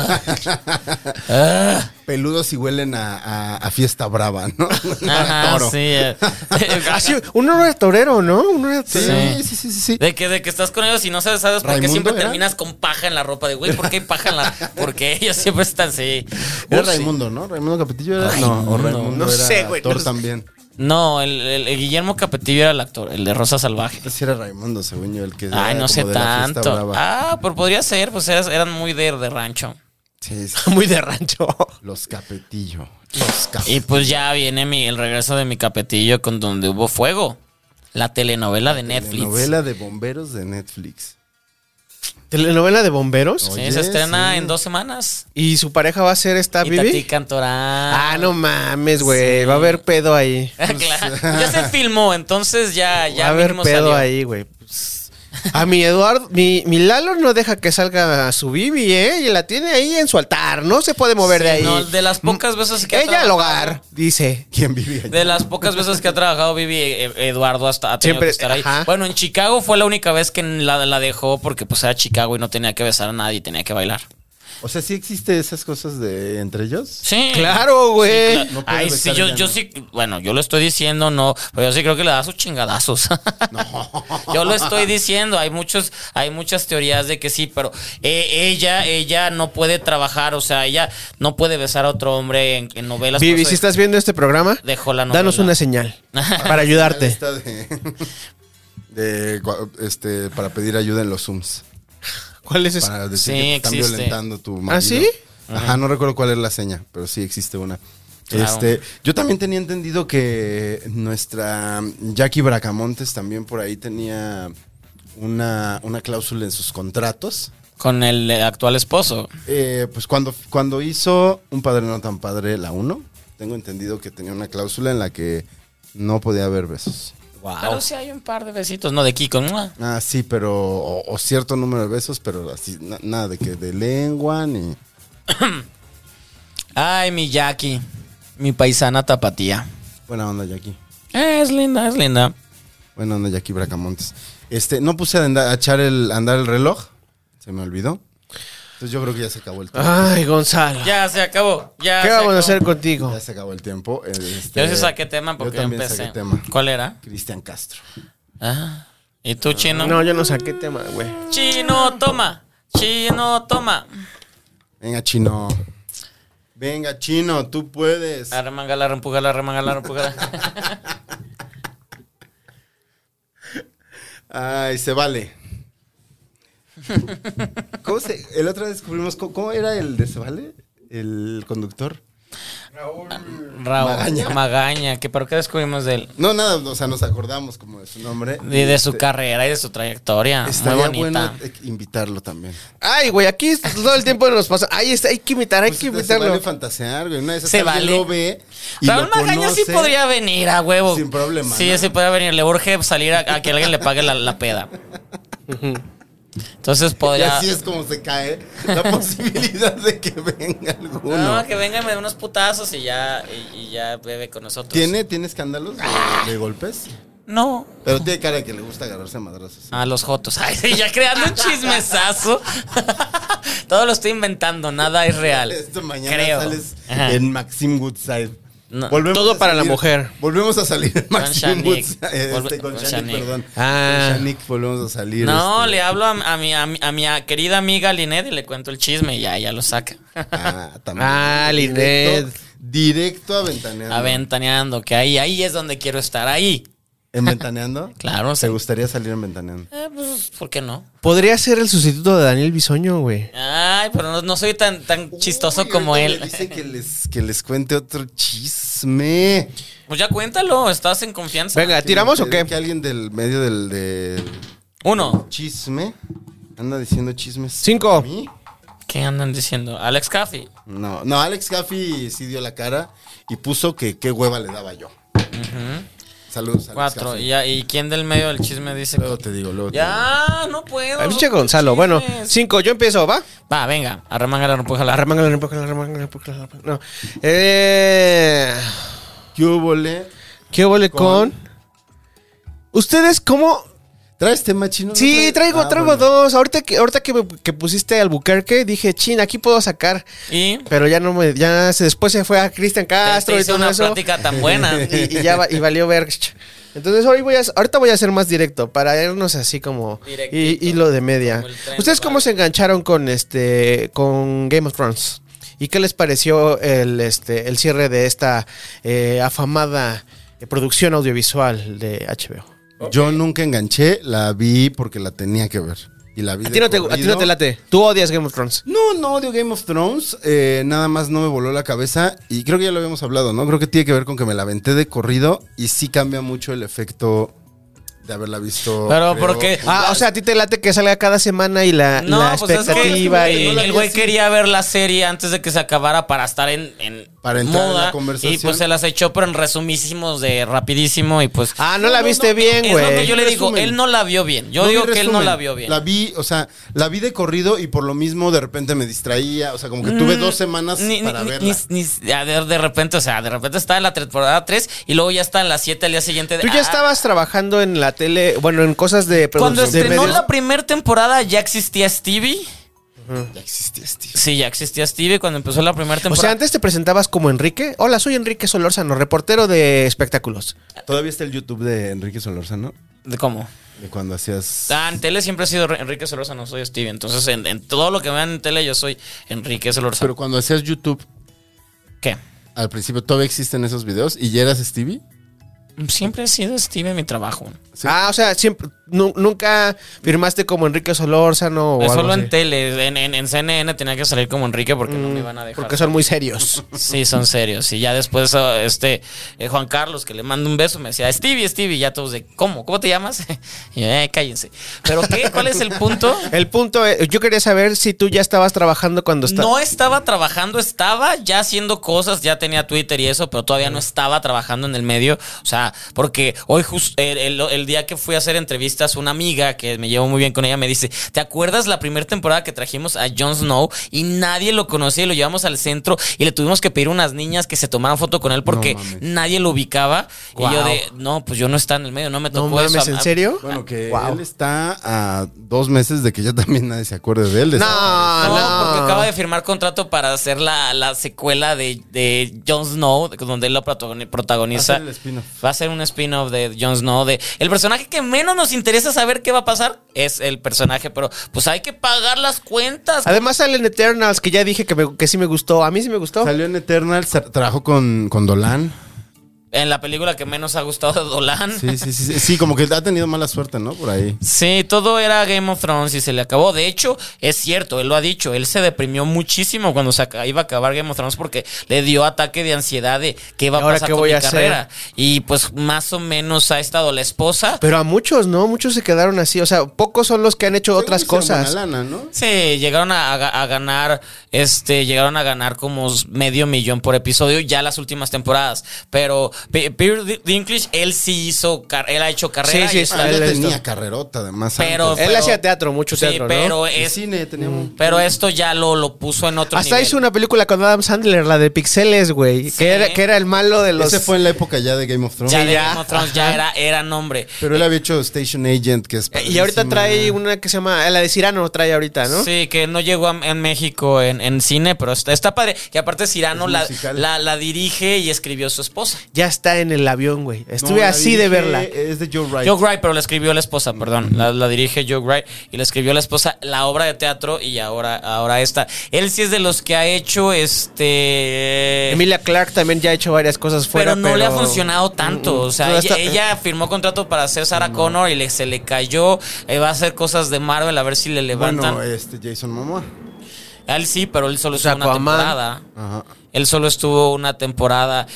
Peludos y huelen a fiesta brava, ¿no? Ajá, Toro. sí. Así, uno era torero, ¿no? Uno era torero. Sí. De que estás con ellos y no sabes por qué ¿Raimundo siempre era? terminas con paja en la ropa. De güey, ¿por qué hay paja en la...? Porque ellos siempre están así. Era Sí. Raimundo, ¿no? Raimundo Capetillo era... Raimundo. No, o Raimundo No era sé, güey, actor no sé. también. No, el Guillermo Capetillo era el actor, el de Rosa Salvaje. Sí era Raimundo, según yo, el que... Ay, era no sé como de la fiesta tanto. brava. Ah, pero podría ser, pues eran muy de rancho. Sí. Muy de rancho. Los Capetillo. Y pues ya viene el regreso de mi Capetillo con Donde Hubo Fuego. La telenovela de Netflix. Novela de bomberos de Netflix. ¿Telenovela de bomberos? Sí, Oye, se estrena sí. en 2 semanas. ¿Y su pareja va a ser esta Y Tati Vivi? Cantoral. Ah, no mames, güey. Sí. Va a haber pedo ahí. Claro. Ya se filmó, entonces ya Va a haber mismo pedo salió. ahí, güey. Pues, A mi Eduardo, mi Lalo no deja que salga a su Bibi, y la tiene ahí en su altar, no se puede mover de ahí. No, de las pocas veces que ella al hogar, dice. ¿Quién vivía allá? De las pocas veces que ha trabajado Vivi, Eduardo hasta ha tenido Siempre, que estar ahí. ajá. Bueno, en Chicago fue la única vez que la dejó porque pues era Chicago y no tenía que besar a nadie, tenía que bailar. O sea, ¿sí existe esas cosas de entre ellos? Sí. Claro, güey. Sí, claro. No puede Ay, besar sí, ella, yo ¿no? sí, bueno, yo lo estoy diciendo, no, pero yo sí creo que le da sus chingadazos. No. Yo lo estoy diciendo, hay muchas teorías de que sí, pero ella no puede trabajar, o sea, ella no puede besar a otro hombre en novelas. Vivi, por eso si estás viendo este programa, dejó la novela. danos una señal para ayudarte. Esta para pedir ayuda en los Zooms. ¿Cuál es ese? Para decir Sí, que te están existe. violentando tu marido. ¿Ah, sí? Ajá, no recuerdo cuál es la seña, pero sí existe una. Claro. Yo también tenía entendido que nuestra Jackie Bracamontes también por ahí tenía una cláusula en sus contratos. Con el actual esposo. Pues cuando hizo Un Padre No Tan Padre, la 1, tengo entendido que tenía una cláusula en la que no podía haber besos. Pero sí hay un par de besitos, ¿no? De Kiko. ¿No? Ah, sí, pero o cierto número de besos, pero así, nada de que de lengua ni... Ay, mi Jackie. Mi paisana tapatía. Buena onda, Jackie. Es linda, es linda. Buena onda, Jackie Bracamontes. No puse a andar el reloj. Se me olvidó. Entonces yo creo que ya se acabó el tiempo. Ay, Gonzalo. Ya se acabó. Ya ¿Qué se vamos a acabó. hacer contigo? Ya se acabó el tiempo. Yo sí saqué tema porque yo también empecé. saqué tema. ¿Cuál era? Cristian Castro. Ah. ¿Y tú, Chino? No, yo no saqué tema, güey. Chino, toma. Chino, toma. Venga, Chino. Venga, Chino, tú puedes. Arremangala, empújala, arremangala, empújala. Ay, se vale. El otro día descubrimos, ¿cómo era el de se vale? El conductor. Raúl Magaña. Magaña. ¿Pero qué descubrimos de él? No, nada, o sea, nos acordamos como de su nombre. Y de su carrera y de su trayectoria. Muy Estaría bonita. bueno invitarlo también. Ay, güey, aquí todo el tiempo nos pasa. Ahí está, hay que invitar, hay Pues que se invitarlo. vale fantasear, güey. Una de esas Se alguien vale. lo ve y Raúl lo Magaña sí conoce. podría venir a huevo. Sin problema, Sí, ¿no? sí podría venir. Le urge salir a que alguien le pague la peda. Entonces Y podría. así es como se cae la posibilidad de que venga alguno. No, que venga y me dé unos putazos y ya bebe con nosotros. ¿Tiene escándalos de golpes? No. Pero tiene cara de que le gusta agarrarse a madrazos. A los jotos. Ay, sí, ya creando un chismesazo. Todo lo estoy inventando, nada es real. Esto mañana Creo. sales Ajá. en Maxim Woodside. No. Todo a para la salir- mujer. Volvemos a salir en Maxim Shanique. Woodside. Con Con Shanique, Shanique. perdón. Ah. Con Shanique volvemos a salir. No, le hablo a mi querida amiga Linet y le cuento el chisme y ya lo saca. También. Ah, Linet. Directo a Ventaneando. Aventaneando, que ahí es donde quiero estar, ahí. ¿En Ventaneando? Claro, ¿Te sí. gustaría salir en Ventaneando? Pues, ¿por qué no? Podría ser el sustituto de Daniel Bisoño, güey. Ay, pero no soy tan chistoso Uy, como ahorita él. me dice que les cuente otro chisme. Pues ya cuéntalo, estás en confianza. Venga, ¿tiramos o qué? Que alguien del medio del Uno. chisme anda diciendo chismes. 5. ¿A mí? ¿Qué andan diciendo? Alex Caffey. No, Alex Caffey sí dio la cara y puso que qué hueva le daba yo. Saludos, Alex 4. Caffey. ¿Y quién del medio del chisme dice? Luego te digo, luego te digo. Ya, no puedo. Ay, pinche Gonzalo. Bueno, Chismes. 5. Yo empiezo, ¿va? Va, venga, arremángala, empújala. Arremángala, arremángala. No. ¿Qué hubole? ¿Qué huele con? ¿Ustedes cómo? ¿Traes tema chino? ¿No Sí, traes? traigo bueno. dos. Ahorita que pusiste Albuquerque, dije, chin, aquí puedo sacar. Y Pero ya no me, después se fue a Cristian Castro te y hice todo una eso. plática tan buena. Y valió ver. Entonces ahorita voy a ser más directo para irnos así como Directito. hilo de media. Como el tren, ¿Ustedes cómo vale. se engancharon con con Game of Thrones? ¿Y qué les pareció el cierre de esta afamada producción audiovisual de HBO? Yo nunca enganché, la vi porque la tenía que ver. Y la vi ¿A ti no te late? ¿Tú odias Game of Thrones? No odio Game of Thrones, nada más no me voló la cabeza y creo que ya lo habíamos hablado, ¿no? Creo que tiene que ver con que me la aventé de corrido y sí cambia mucho el efecto de haberla visto. Pero creo. porque O sea, a ti te late que salga cada semana y la no, pues es que expectativa no el la güey vi así. quería ver la serie antes de que se acabara para estar en para entrar en muda la conversación. y pues se las echó, pero en resumísimos de rapidísimo y pues... No la viste bien, Es lo que güey. yo le digo, Resumen. él no la vio bien. Yo No digo vi que él no resumen. la vio bien. La vi de corrido y por lo mismo de repente me distraía. O sea, como que tuve 2 semanas para verla. De repente está en la temporada 3 y luego ya está en la 7 al día siguiente. Tú ya estabas trabajando en la tele, bueno, en cosas de Cuando producción de estrenó medios. la primera temporada ya existía Stevie. Ya existía, Steve. Sí, ya existía Stevie cuando empezó la primera O temporada. sea, antes te presentabas como Enrique. Hola, soy Enrique Solórzano, reportero de espectáculos. Todavía está el YouTube de Enrique Solórzano, ¿De cómo? de cuando hacías... En tele siempre ha sido Enrique Solórzano, soy Stevie. Entonces, en todo lo que vean en tele, yo soy Enrique Solórzano. Pero cuando hacías YouTube, ¿Qué? al principio todavía existen esos videos y ya eras Stevie. Siempre he sido Stevie en mi trabajo. Sí. O sea, siempre, nunca firmaste como Enrique Solórzano o algo Solo así. en tele. En CNN tenía que salir como Enrique porque no me iban a dejar. Porque son muy serios. Sí, son serios. Y ya después, Juan Carlos, que le mando un beso, me decía, Stevie, y ya todos de, ¿cómo? ¿Cómo te llamas? Y yo, cállense. ¿Pero qué? ¿Cuál es el punto? El punto es, yo quería saber si tú ya estabas trabajando cuando estabas... No estaba trabajando, estaba ya haciendo cosas, ya tenía Twitter y eso, pero todavía no estaba trabajando en el medio. O sea, porque hoy el día que fui a hacer entrevistas, una amiga que me llevo muy bien con ella me dice, ¿te acuerdas la primera temporada que trajimos a Jon Snow y nadie lo conocía y lo llevamos al centro y le tuvimos que pedir unas niñas que se tomaran foto con él porque No mames. nadie lo ubicaba? Wow. Y yo no, pues yo no estaba en el medio, no me No tocó mames, eso. ¿en serio? Bueno, que Wow. él está a 2 meses de que ya también nadie se acuerde de él. No, Porque acaba de firmar contrato para hacer la secuela de Jon Snow, donde él lo protagoniza. Va a ser el spin-off. Va a ser un spin-off de Jon Snow. El personaje que menos nos interesa saber qué va a pasar es el personaje, pero pues hay que pagar las cuentas. Además sale en Eternals, que ya dije que sí me gustó. A mí sí me gustó. Salió en Eternals, trabajó con Dolan. En la película que menos ha gustado de Dolan. Sí, como que ha tenido mala suerte, ¿no? Por ahí. Sí, todo era Game of Thrones y se le acabó. De hecho, es cierto, él lo ha dicho. Él se deprimió muchísimo cuando iba a acabar Game of Thrones porque le dio ataque de ansiedad de qué va a ¿Ahora pasar qué con voy mi a hacer? carrera. Y pues más o menos ha estado la esposa. Pero a muchos, ¿no? Muchos se quedaron así. O sea, pocos son los que han hecho otras Según hicieron cosas. buena lana, ¿no? Sí, llegaron a ganar, llegaron a ganar como $500,000 por episodio ya las últimas temporadas. Pero Peter Dinklage, él sí él ha hecho carrera. Sí, y sí, está- él ya es- tenía carrerota, además. Pero- antes. Él hacía teatro, mucho sí, teatro, ¿no? pero Y cine, tenía un... pero esto ya lo puso en otro Hasta nivel. hizo una película con Adam Sandler, la de Pixeles, güey. Sí. Que era el malo de los... Ese fue en la época ya de Game of Thrones. Ya Sí, de ya. Game of Thrones ya era nombre. Pero él había hecho Station Agent, que es Y ahorita padrísima. trae una que se llama... La de Cyrano trae ahorita, ¿no? Sí, que no llegó en México en cine, pero está padre. Que aparte Cyrano Es la musical. dirige y escribió su esposa. Ya está en el avión, güey. No, Estuve la así de dirige- verla. Es de Joe Wright. Joe Wright, pero la escribió la esposa, perdón. La dirige Joe Wright y la escribió la esposa, la obra de teatro y ahora esta. Él sí es de los que ha hecho Emilia Clarke también ya ha hecho varias cosas fuera, pero no le ha funcionado tanto. O sea, No está- ella firmó contrato para hacer Sarah Connor y se le cayó. Va a hacer cosas de Marvel a ver si le levantan. Bueno, Jason Momoa. A él sí, pero él solo O sea, estuvo una Aquaman. temporada. Ajá. Él solo estuvo una temporada.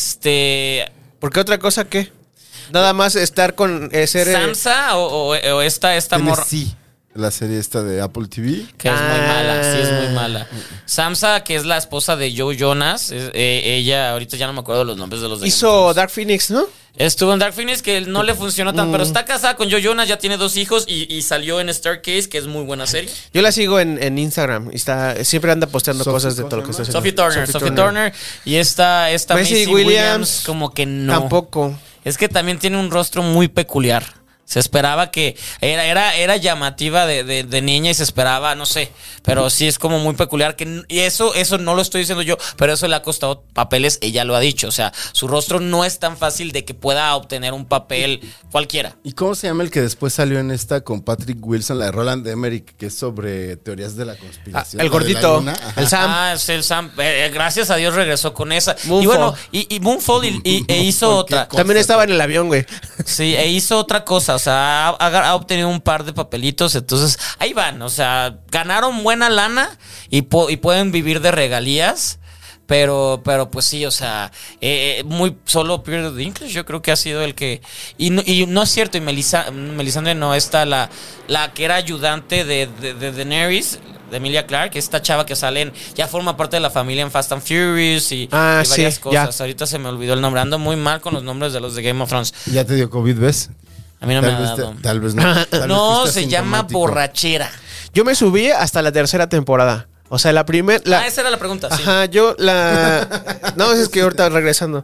¿Por qué otra cosa qué? Nada más estar con... ser... Sansa o esta morra. Tennessee, la serie esta de Apple TV. Que es muy mala, sí es muy Ah. mala. Samsa, que es la esposa de Joe Jonas, ella, ahorita ya no me acuerdo los nombres de los de hizo Dark Phoenix, ¿no? Estuvo en Dark Phoenix, que no le funcionó tan, pero está casada con Joe Jonas, ya tiene 2 hijos y salió en Staircase, que es muy buena serie. Yo la sigo en Instagram. Y siempre anda posteando Sophie, cosas de ¿cómo todo lo que se está llama? haciendo. Sophie Turner. Y esta Maisie Maisie Williams, como que no. Tampoco. Es que también tiene un rostro muy peculiar. Se esperaba que era llamativa de niña y se esperaba, no sé, pero sí es como muy peculiar y eso no lo estoy diciendo yo, pero eso le ha costado papeles, ella lo ha dicho, o sea, su rostro no es tan fácil de que pueda obtener un papel cualquiera. ¿Y cómo se llama el que después salió en esta con Patrick Wilson, la de Roland Emmerich, que es sobre teorías de la conspiración? El la de la gordito, luna? Ajá. el Sam. Es el Sam. Gracias a Dios regresó con esa. Moonfall. Y bueno, y Moonfall e hizo Cualquier otra. cosa. También estaba en el avión, güey. Sí, e hizo otra cosa, o sea, ha obtenido un par de papelitos, entonces ahí van, o sea, ganaron buena lana y pueden vivir de regalías, pero pues sí, o sea, muy solo Peter Dinklage yo creo que ha sido el que, y no es cierto, y Melisandre no está la que era ayudante de Daenerys, de Emilia Clarke, esta chava que sale ya forma parte de la familia en Fast and Furious y varias sí, cosas. ya. Ahorita se me olvidó el nombre, ando muy mal con los nombres de los de Game of Thrones. ¿Ya te dio COVID, ves? A mí no me ha dado. Tal vez no. Tal vez No, fuiste se llama asintomático. borrachera. Yo me subí hasta la tercera temporada. O sea, la primera... Esa era la pregunta, sí. Ajá, yo la... No, es que ahorita regresando.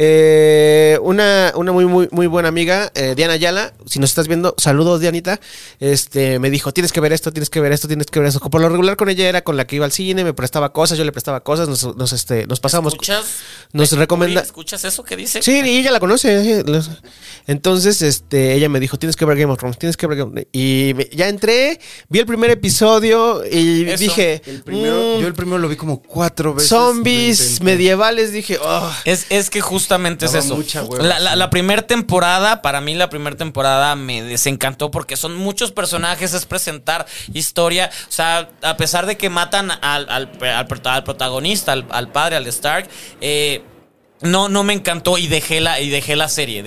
Una muy buena amiga, Diana Ayala, si nos estás viendo, saludos, Dianita. Me dijo, tienes que ver esto, tienes que ver esto, tienes que ver esto. Por lo regular con ella era con la que iba al cine, me prestaba cosas, yo le prestaba cosas, nos pasamos. ¿Escuchas? Nos recomienda... ¿Escuchas eso que dice? Sí, y ella la conoce. Entonces, ella me dijo, tienes que ver Game of Thrones, tienes que ver Game of Thrones. Y ya entré, vi el primer episodio y Eso. dije... Yo el primero lo vi como 4 veces. Zombies medievales, dije, oh. Es que justamente es Daba eso. mucha hueva, La primera temporada, para mí la primera temporada me desencantó porque son muchos personajes, es presentar historia. O sea, a pesar de que matan al protagonista, al padre, al Stark, no me encantó y dejé la serie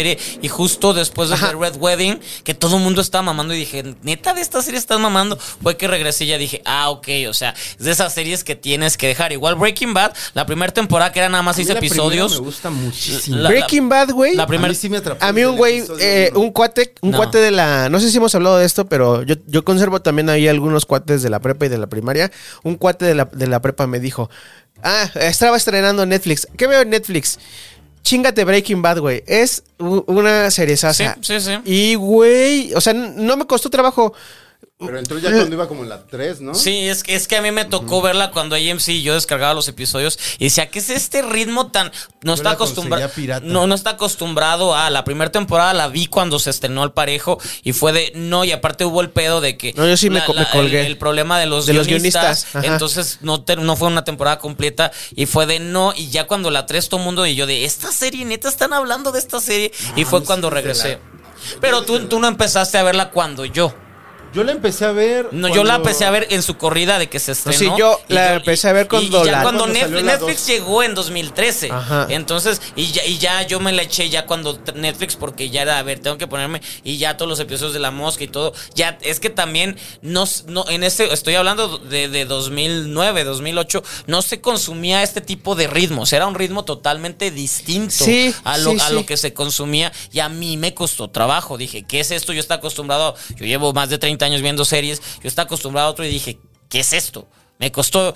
y justo después de The Red Wedding, que todo el mundo estaba mamando y dije, neta de esta serie estás mamando, fue que regresé y ya dije, ok, o sea, es de esas series que tienes que dejar. Igual Breaking Bad, la primera temporada que era nada más 6 episodios. Me gusta muchísimo. Breaking Bad, güey. La A primera mí sí me atrapó. A mí un güey, un cuate de la... No sé si hemos hablado de esto, pero yo conservo también ahí algunos cuates de la prepa y de la primaria. Un cuate de la prepa me dijo... estaba estrenando Netflix. ¿Qué veo en Netflix? Chíngate Breaking Bad, güey. Es una seriezaza. Sí. Y, güey, o sea, no me costó trabajo. Pero entró ya cuando iba como en la 3, ¿no? Sí, es que a mí me tocó verla cuando AMC y yo descargaba los episodios y decía, ¿qué es este ritmo tan...? No está acostumbrado. No está acostumbrado a... La primera temporada la vi cuando se estrenó al parejo y fue de... No, y aparte hubo el pedo de que... No, yo sí me colgué. El problema de los guionistas. Entonces no fue una temporada completa y fue de no. Y ya cuando la 3 todo el mundo y yo de... Esta serie, neta, están hablando de esta serie. Y fue cuando regresé. Pero tú no empezaste a verla cuando yo... Yo la empecé a ver. No, yo la empecé a ver en su corrida de que se estrenó. Sí, yo la empecé a ver cuando cuando salió Netflix llegó en 2013. Ajá. Entonces, y ya yo me la eché ya cuando Netflix, porque ya era, a ver, tengo que ponerme, y ya todos los episodios de La Mosca y todo. Ya, es que también, no en estoy hablando de 2009, 2008, no se consumía este tipo de ritmos. Era un ritmo totalmente distinto a lo que se consumía, y a mí me costó trabajo. Dije, ¿qué es esto? Yo estaba acostumbrado, yo llevo más de 30 años viendo series, yo estaba acostumbrado a otro y dije, ¿qué es esto? Me costó,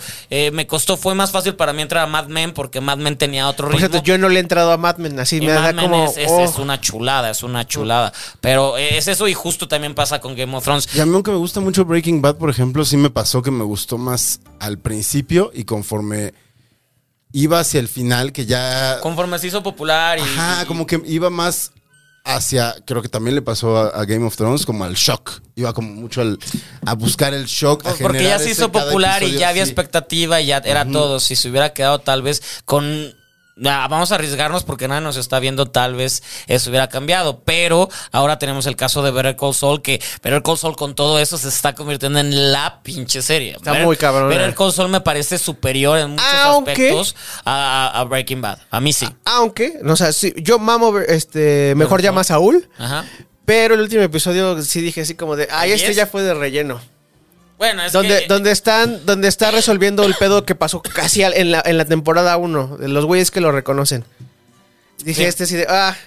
fue más fácil para mí entrar a Mad Men porque Mad Men tenía otro ritmo. Por cierto, yo no le he entrado a Mad Men, así y me Mad da Men como... es una chulada. Pero es eso, y justo también pasa con Game of Thrones. Y a mí, aunque me gusta mucho Breaking Bad, por ejemplo, sí me pasó que me gustó más al principio y conforme iba hacia el final, que ya... Conforme se hizo popular y... Ajá, como que iba más hacia, creo que también le pasó a Game of Thrones, como al shock. Iba como mucho a buscar el shock. Porque ya se hizo popular y ya había expectativa y ya era todo. Si se hubiera quedado tal vez con... Vamos a arriesgarnos porque nadie nos está viendo, tal vez eso hubiera cambiado, pero ahora tenemos el caso de Better Call Saul, que Better Call Saul con todo eso se está convirtiendo en la pinche serie. Está muy cabrón. Better Call Saul me parece superior en muchos aspectos a Breaking Bad. A mí sí. Aunque, o sea, sí, yo mamo mejor llama a Saúl, Ajá. pero el último episodio sí dije así como de, ya fue de relleno. Bueno, es donde está resolviendo el pedo que pasó casi en la temporada 1, de los güeyes que lo reconocen. Dije, Sí. sí de,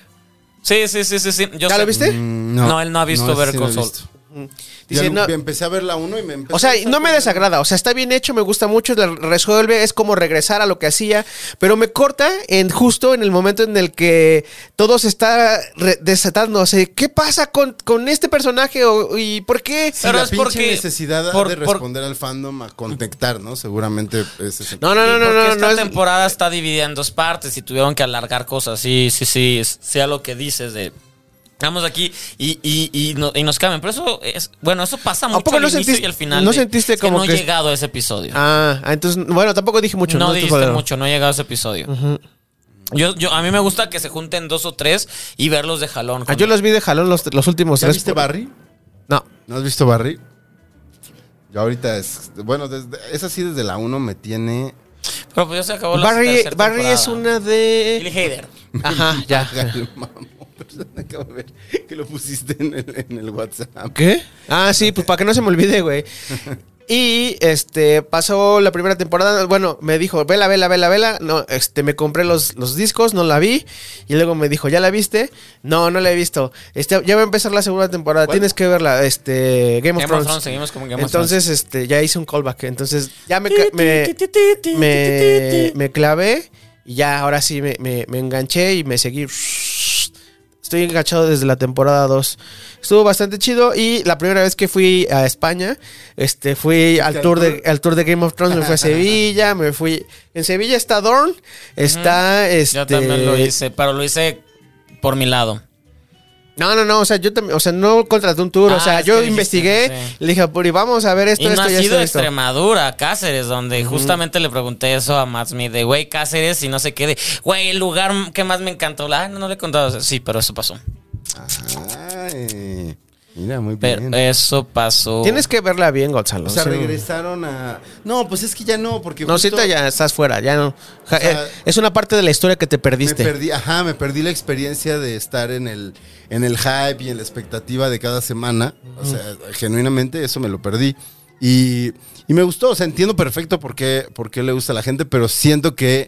Sí. ¿Ya lo viste? No, él no ha visto Better Call Saul. Dice, no, empecé a ver la 1 y me empezó o sea, a gustar no me porque- desagrada, o sea, está bien hecho, me gusta mucho, resuelve, es como regresar a lo que hacía, pero me corta justo en el momento en el que todo se está desatando, o sea, ¿qué pasa con este personaje y por qué? Sí, Pero la es pinche porque- necesidad de responder al fandom, a conectar, ¿no? Seguramente es ese. No, Porque esta es- temporada está dividida en dos partes y tuvieron que alargar cosas. Sí, sea lo que dices de... Vamos aquí y nos cambian. Pero eso es... Bueno, eso pasa mucho poco al no inicio sentiste- y al final. no de- sentiste es que como no que- he llegado a ese episodio. Entonces, bueno, tampoco dije mucho. no te dijiste jodero. mucho, no he llegado a ese episodio. A mí me gusta que se junten 2 o 3 y verlos de jalón. Yo los vi de jalón los últimos ¿Ya 3. viste Barry? No. ¿No has visto Barry? Yo ahorita bueno, es así desde la 1 me tiene... Pero pues ya se acabó la Barry tercera temporada. es una de... Billy Hader. Ajá, ya. Pero acabo de ver que lo pusiste en el WhatsApp. ¿Qué? Sí, pues para que no se me olvide, güey. Y pasó la primera temporada. Bueno, me dijo, vela. No, me compré los discos, no la vi. Y luego me dijo, ¿ya la viste? No la he visto. Ya va a empezar la segunda temporada. ¿Cuál? Tienes que verla. Game of Thrones. Seguimos como Game of Thrones. Entonces, ya hice un callback. Entonces, ya me clavé. Y ya, ahora sí me enganché y me seguí. Estoy enganchado desde la temporada 2. Estuvo bastante chido. Y la primera vez que fui a España, fui al tour de Game of Thrones. Me fui a Sevilla, En Sevilla está Dorne. Está Yo también lo hice, pero lo hice por mi lado. No, o sea, yo también, o sea, no contraté un tour, o sea, yo investigué, le dije a Puri, vamos a ver esto, y no esto, ha y sido esto. Extremadura, Cáceres, donde justamente le pregunté eso a Matt Smith, de güey, Cáceres, y no sé qué, de güey, el lugar que más me encantó, no le he contado, sí, pero eso pasó. Ay, mira, muy Pero bien. eso pasó. Tienes que verla bien, Gonzalo. O sea, sí. regresaron a... No, pues es que ya no, porque No, justo ahorita ya estás fuera, ya no. sea, Es una parte de la historia que te perdiste. me perdí la experiencia de estar en el hype y en la expectativa de cada semana. O sea, genuinamente eso me lo perdí. Y me gustó, o sea, entiendo perfecto por qué le gusta a la gente, pero siento que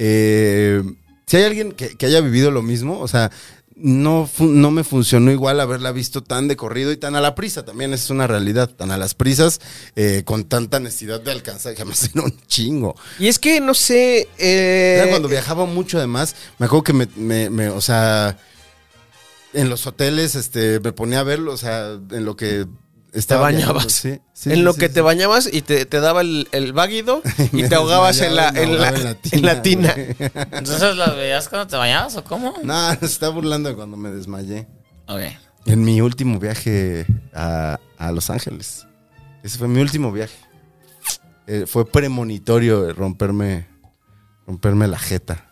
si hay alguien que haya vivido lo mismo, o sea, no me funcionó igual haberla visto tan de corrido y tan a la prisa. También es una realidad, tan a las prisas, con tanta necesidad de alcanzar, que además era un chingo. Y es que, no sé... Era cuando viajaba mucho, además, me acuerdo que o sea, en los hoteles, me ponía a verlo, o sea, en lo que estaba bañabas. viajando, sí, en lo que te bañabas y te daba el váguido y te ahogabas en la tina. ¿Entonces las veías cuando te bañabas o cómo? No, se está burlando de cuando me desmayé. Ok. En mi último viaje a Los Ángeles. Ese fue mi último viaje. Fue premonitorio romperme la jeta.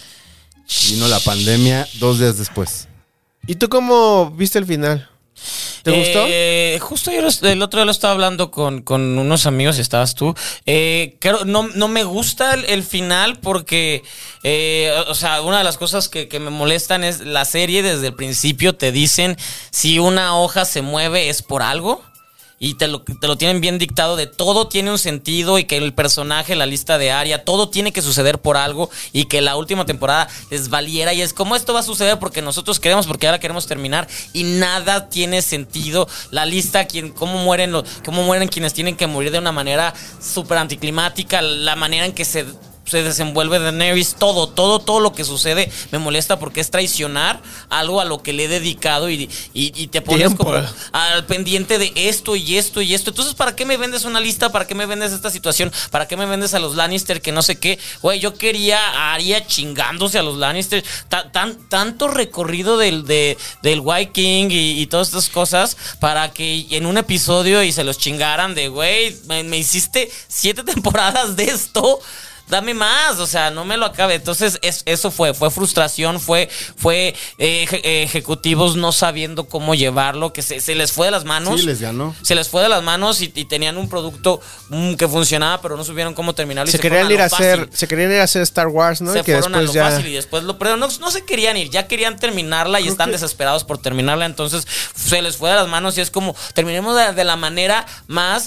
Vino la pandemia 2 días después. ¿Y tú cómo viste el final? ¿Te gustó? Justo yo el otro día lo estaba hablando con unos amigos y estabas tú. Creo, no me gusta el final porque, o sea, una de las cosas que me molestan es la serie desde el principio te dicen si una hoja se mueve es por algo. Y te lo tienen bien dictado de todo tiene un sentido y que el personaje, la lista de Arya, todo tiene que suceder por algo y que la última temporada les valiera y es como esto va a suceder porque nosotros queremos, porque ahora queremos terminar y nada tiene sentido. La lista, cómo mueren quienes tienen que morir de una manera súper anticlimática, la manera en que se desenvuelve Daenerys, todo lo que sucede me molesta porque es traicionar algo a lo que le he dedicado y te pones como al pendiente de esto y esto y esto. Entonces, ¿para qué me vendes una lista? ¿Para qué me vendes esta situación? ¿Para qué me vendes a los Lannister que no sé qué? Güey, yo quería a Arya chingándose a los Lannister. Tanto recorrido del White King y todas estas cosas para que en un episodio y se los chingaran de, güey, me hiciste 7 temporadas de esto. Dame más, o sea, no me lo acabe. Entonces, eso fue frustración, fue ejecutivos no sabiendo cómo llevarlo, que se les fue de las manos. Sí, les ganó. Se les fue de las manos y tenían un producto que funcionaba, pero no supieron cómo terminarlo. Se querían ir a hacer Star Wars, ¿no? Se que fueron después a lo fácil y después pero no se querían ir, ya querían terminarla y están desesperados por terminarla. Entonces, se les fue de las manos y es como, terminemos de la manera más...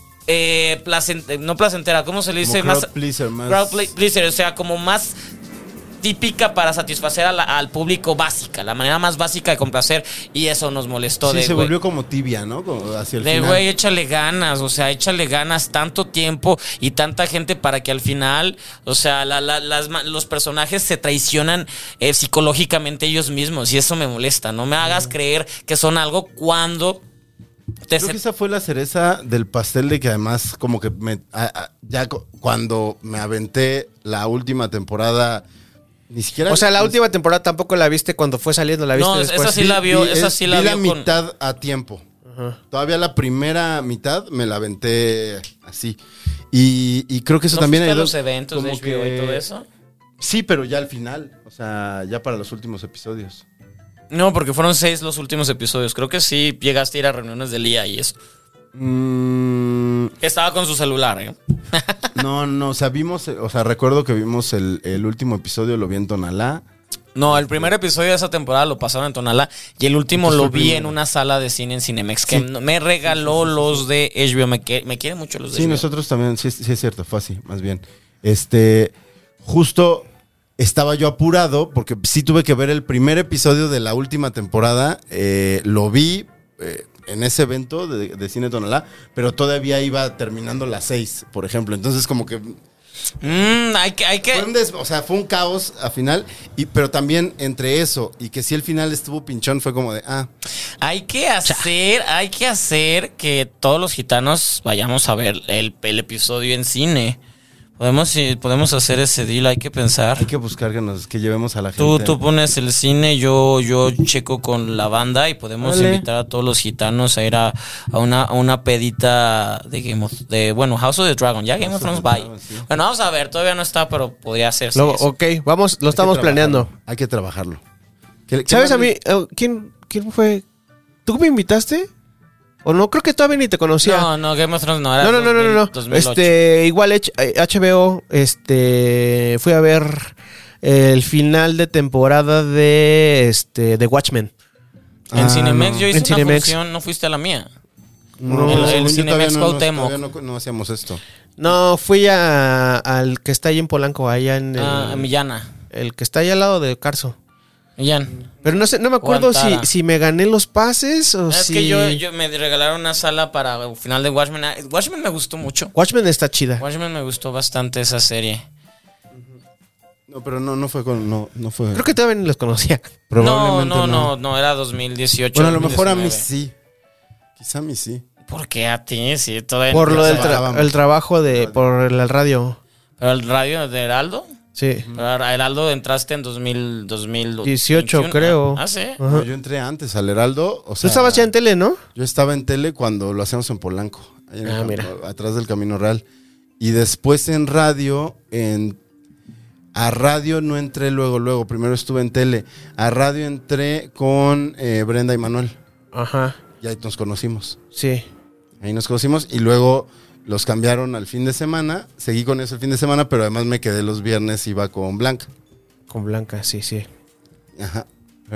no placentera, ¿cómo se le dice? Crowd pleaser, o sea, como más típica para satisfacer al público básica, la manera más básica de complacer y eso nos molestó. Sí, se volvió como tibia, ¿no? Como hacia el final. Güey, échale ganas tanto tiempo y tanta gente para que al final, o sea, los personajes se traicionan psicológicamente ellos mismos y eso me molesta. No me hagas creer que son algo cuando... Creo que esa fue la cereza del pastel de que además como que cuando me aventé la última temporada ni siquiera... O sea, la última temporada tampoco la viste cuando fue saliendo, la viste después. Esa sí la vio, vi la mitad a tiempo. Ajá. Todavía la primera mitad me la aventé así. Y creo que eso también ayudó. ¿No los eventos de HBO y todo eso? Sí, pero ya al final, o sea, ya para los últimos episodios. No, porque fueron 6 los últimos episodios. Creo que sí llegaste a ir a reuniones del IA y eso. Estaba con su celular, ¿eh? No, o sea, recuerdo que vimos el último episodio, lo vi en Tonalá. No, el primer episodio de esa temporada lo pasaron en Tonalá y el último lo vi en una sala de cine en Cinemex que me regaló los de HBO. Me quieren mucho los de HBO. Sí, nosotros también, sí es cierto, fue así, más bien. Justo estaba yo apurado porque sí tuve que ver el primer episodio de la última temporada. Lo vi en ese evento de Cine Tonalá, pero todavía iba terminando las 6, por ejemplo. Entonces como que... hay que... Fue un caos al final, pero también entre eso y que si el final estuvo pinchón fue como de... Hay que hacer que todos los gitanos vayamos a ver el episodio en cine. Podemos hacer ese deal, hay que pensar. Hay que buscar que llevemos a la gente. Tú pones el cine, yo checo con la banda y podemos invitar a todos los gitanos a ir a una pedita de House of the Dragon. Ya Game of Thrones, bye. Sí. Bueno, vamos a ver, todavía no está, pero podría hacerse. Ok, vamos, lo estamos planeando. Hay que trabajarlo. ¿Sabes a mí? ¿Quién fue? ¿Tú me invitaste? O no, creo que todavía ni te conocía. No, Game of Thrones no era. No. 2008. Igual HBO, fui a ver el final de temporada de Watchmen. En Cinemex yo hice una Cinemex. función, no fuiste a la mía. No, el Cinemex Cuauhtémoc. No hacíamos esto. No, fui al que está ahí en Polanco, allá en Millana. El que está ahí al lado de Carso. Millán. Pero no me acuerdo si me gané los pases o es si... que yo me regalaron una sala para el final de Watchmen. Watchmen me gustó mucho. Watchmen está chida. Watchmen me gustó bastante esa serie. No, pero no fue con... No fue... Creo que todavía ni los conocía. Probablemente no, era 2018. Bueno, a lo mejor 2019. a mí sí. Quizá a mí sí. ¿Por qué a ti? Sí, todavía Por no lo del trabajaba. el trabajo por la radio. ¿Pero el radio de Heraldo? Sí. Pero Heraldo entraste en 2018, 18 creo. ¿Sí? No, yo entré antes al Heraldo. O sea, Tú estabas ya en tele, ¿no? Yo estaba en tele cuando lo hacíamos en Polanco. Ahí en mira. Atrás del Camino Real. Y después en radio, a radio no entré luego. Primero estuve en tele. A radio entré con Brenda y Manuel. Ajá. Y ahí nos conocimos. Sí. Ahí nos conocimos y luego los cambiaron al fin de semana. Seguí con eso el fin de semana, pero además me quedé los viernes, iba con Blanca. Con Blanca, sí. Ajá.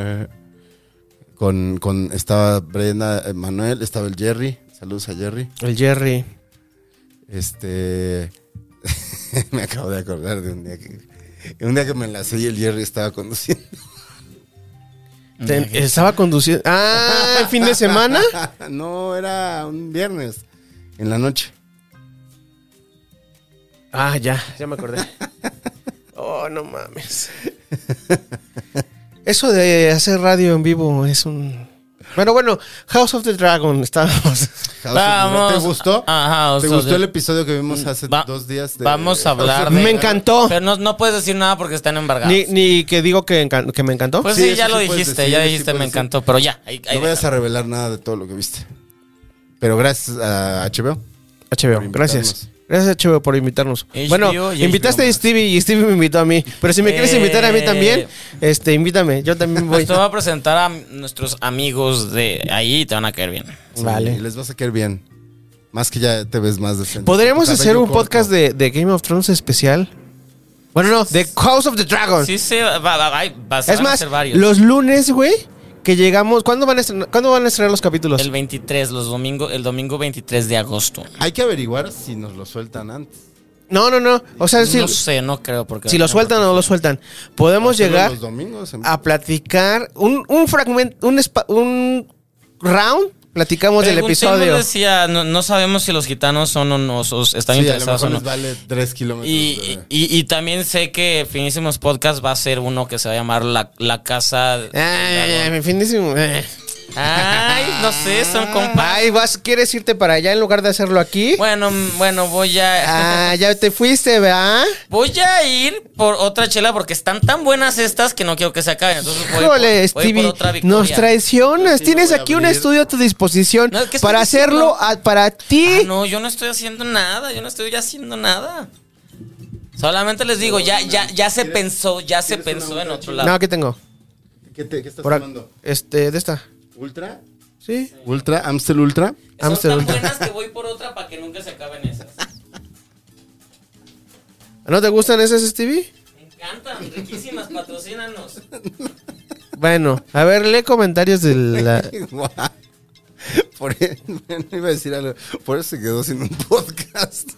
Estaba Brenda, Manuel, estaba el Jerry. Saludos a Jerry. El Jerry. Me acabo de acordar de un día que me enlacé y el Jerry estaba conduciendo. Estaba conduciendo. ¿El fin de semana? No, era un viernes en la noche. Ya me acordé. Oh, no mames. Eso de hacer radio en vivo es un... Bueno, House of the Dragon, estábamos... Vamos. ¿Te gustó? Ajá, ¿Te gustó el episodio que vimos hace 2 días? Vamos a hablar Me encantó. Pero no puedes decir nada porque están embargados. Ni que digo que me encantó. Pues Sí, sí, ya eso lo sí puedes dijiste, decir, ya sí dijiste, puedes me decir. encantó. Pero ya, ahí No vayas a revelar nada de todo lo que viste. Pero gracias a HBO. HBO, gracias. Gracias HBO por invitarnos. HBO y invitaste HBO a Stevie y Stevie me invitó a mí. Pero si me quieres invitar a mí también, invítame. Yo también voy. Pues te voy a presentar a nuestros amigos de ahí y te van a caer bien. Sí, Vale. y les vas a caer bien. Más que ya te ves más decente. ¿Podríamos Tu hacer cabello un corto. podcast de Game of Thrones especial? Bueno, no, de House of the Dragon. Sí, van Es a más, ser varios. los lunes, güey, que llegamos... ¿Cuándo van a estrenar los capítulos? El 23, el domingo 23 de agosto. Hay que averiguar si nos lo sueltan antes. No. O sea, No sé, no creo porque... si lo sueltan o no lo sueltan. Podemos Hacerlo llegar los domingos, a platicar un fragmento, un round. Platicamos del episodio. Decía, no sabemos si los gitanos son o no, están Sí, interesados a o lo no. mejor les vale 3 kilómetros. Y también sé que Finísimos Podcast va a ser uno que se va a llamar La Casa... Mi finísimo. Ay, no sé, son compas. ¿Quieres irte para allá en lugar de hacerlo aquí? Bueno, voy a... Ya te fuiste, ¿verdad? Voy a ir por otra chela porque están tan buenas estas que no quiero que se acaben. Entonces voy Híjole, por Stevie, otra victoria. nos traicionas. Sí, Tienes voy a aquí un abrir. estudio a tu disposición No, ¿qué estoy para diciendo? hacerlo para ti. No, yo no estoy haciendo nada. Solamente les digo, ya se pensó en otro lado. No, aquí tengo. ¿Qué estás Por tomando? de esta. ¿Ultra? Sí. ¿Ultra? ¿Amstel Ultra? Son Amstel. tan buenas que voy por otra para que nunca se acaben esas. ¿No te gustan esas, Stevie? Me Cantan, riquísimas, patrocínanos. Bueno, a ver, lee comentarios de la... No iba a decir algo. Por eso se quedó sin un podcast.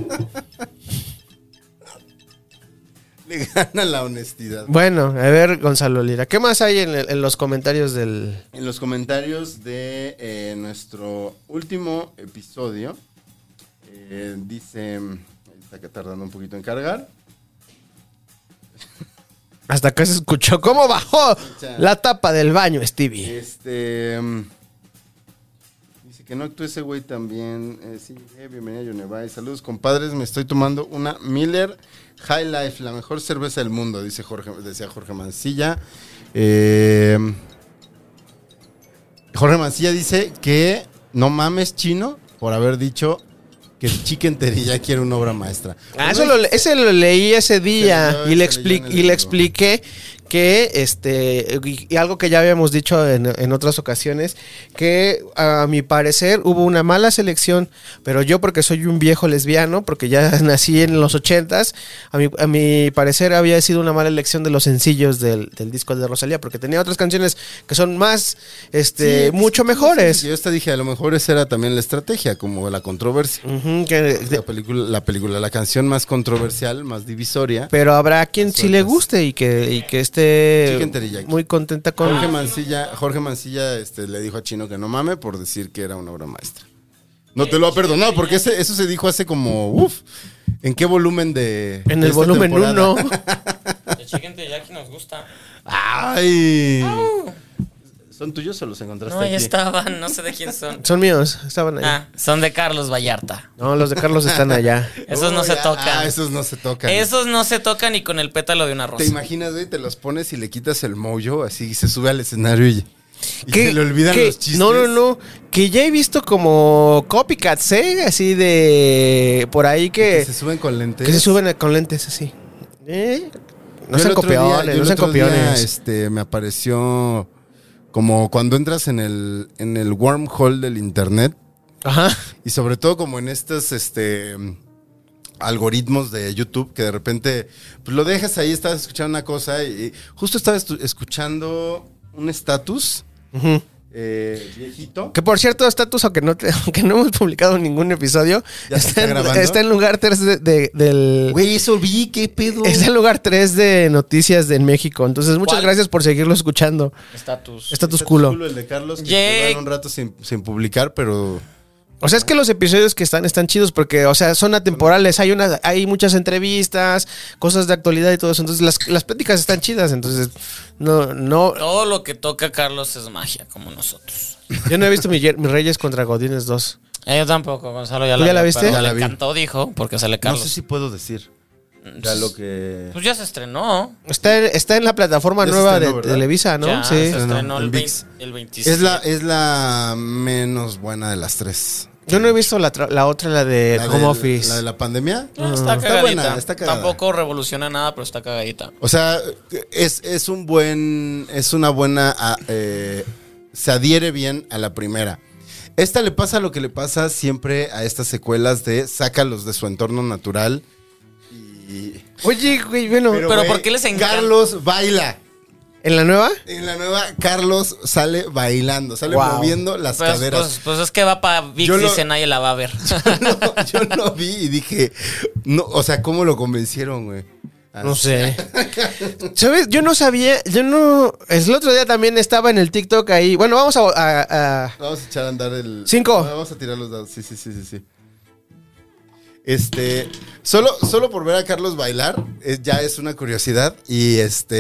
Le gana la honestidad. Bueno, a ver, Gonzalo Lira, ¿qué más hay en los comentarios del...? En los comentarios de nuestro último episodio, dice... Está tardando un poquito en cargar. Hasta acá se escuchó cómo bajó la tapa del baño, Stevie. Dice que no actúe ese güey también. Sí, bienvenida a Yonevay. Saludos, compadres. Me estoy tomando una Miller High Life, la mejor cerveza del mundo, decía Jorge Mancilla. Jorge Mancilla dice que no mames, Chino, por haber dicho que el Chicken Teriyaki era una obra maestra. Ese lo leí ese día y le expliqué expliqué que y algo que ya habíamos dicho en otras ocasiones, que a mi parecer hubo una mala selección, pero yo porque soy un viejo lesbiano, porque ya nací en los 80s, a mi parecer había sido una mala elección de los sencillos del disco de Rosalía, porque tenía otras canciones que son más mucho mejores. Yo hasta dije, a lo mejor esa era también la estrategia, como la controversia. La canción más controversial, más divisoria. Pero habrá quien sí le guste y que esté muy contenta con... Jorge Mancilla le dijo a Chino que no mame por decir que era una obra maestra. No te lo ha perdonado, porque eso se dijo hace como... ¿En qué volumen de...? En el volumen 1. El Chicken Teriyaki nos gusta. ¡Ay! ¿Son tuyos o los encontraste No, aquí? ya estaban, no sé de quién son. Son míos, estaban ahí. Son de Carlos Vallarta. No, los de Carlos están allá. Esos no se tocan. Esos no se tocan. Esos no se tocan ni con el pétalo de una rosa. ¿Te imaginas, güey? Te los pones y le quitas el mojo, así se sube al escenario y se le olvidan los chistes. No. Que ya he visto como copycats, así de... Por ahí que se suben con lentes. Que se suben con lentes, así. No sean copiones, no sean copiones. Me apareció... Como cuando entras en el wormhole del internet. Ajá. Y sobre todo como en estos algoritmos de YouTube que de repente pues lo dejas ahí, estabas escuchando una cosa y justo estabas escuchando un estatus viejito. Que por cierto, estatus, aunque no hemos publicado ningún episodio, está en lugar 3 del... Güey, eso vi, qué pedo. Está en lugar 3 de noticias de México. Entonces, muchas gracias por seguirlo escuchando. Estatus culo. El de Carlos, que llevan un rato sin publicar, pero... O sea, es que los episodios que están chidos porque, o sea, son atemporales. Hay muchas entrevistas, cosas de actualidad y todo eso. Entonces, las pláticas están chidas. Entonces, no. Todo lo que toca Carlos es magia, como nosotros. Yo no he visto mis Reyes contra Godines 2. Yo tampoco, Gonzalo. ¿Tú ya la viste? Ya la vi. Me encantó, dijo, porque sale Carlos. No sé si puedo decir. Ya lo que... Pues ya se estrenó. Está en la plataforma nueva de Televisa, ¿no? Ya, sí. Se estrenó el 27. Es la menos buena de las tres. Yo no he visto la otra, la de Home Office. ¿La de la pandemia? No, está cagadita. Buena, está cagada. Tampoco revoluciona nada, pero está cagadita. O sea, es una buena... se adhiere bien a la primera. Esta le pasa lo que le pasa siempre a estas secuelas de sácalos de su entorno natural y... Oye, güey, bueno... Pero güey, ¿por qué les encanta? Carlos baila. ¿En la nueva? En la nueva, Carlos sale bailando, sale moviendo las caderas. Pues es que va para VIX, dice, nadie la va a ver. Yo lo vi y dije, no, o sea, ¿cómo lo convencieron, güey? No sé. ¿Sabes? Yo no sabía, el otro día también estaba en el TikTok ahí. Bueno, vamos a Vamos a echar a andar el... 5. Vamos a tirar los dados, sí. Solo por ver a Carlos bailar, ya es una curiosidad y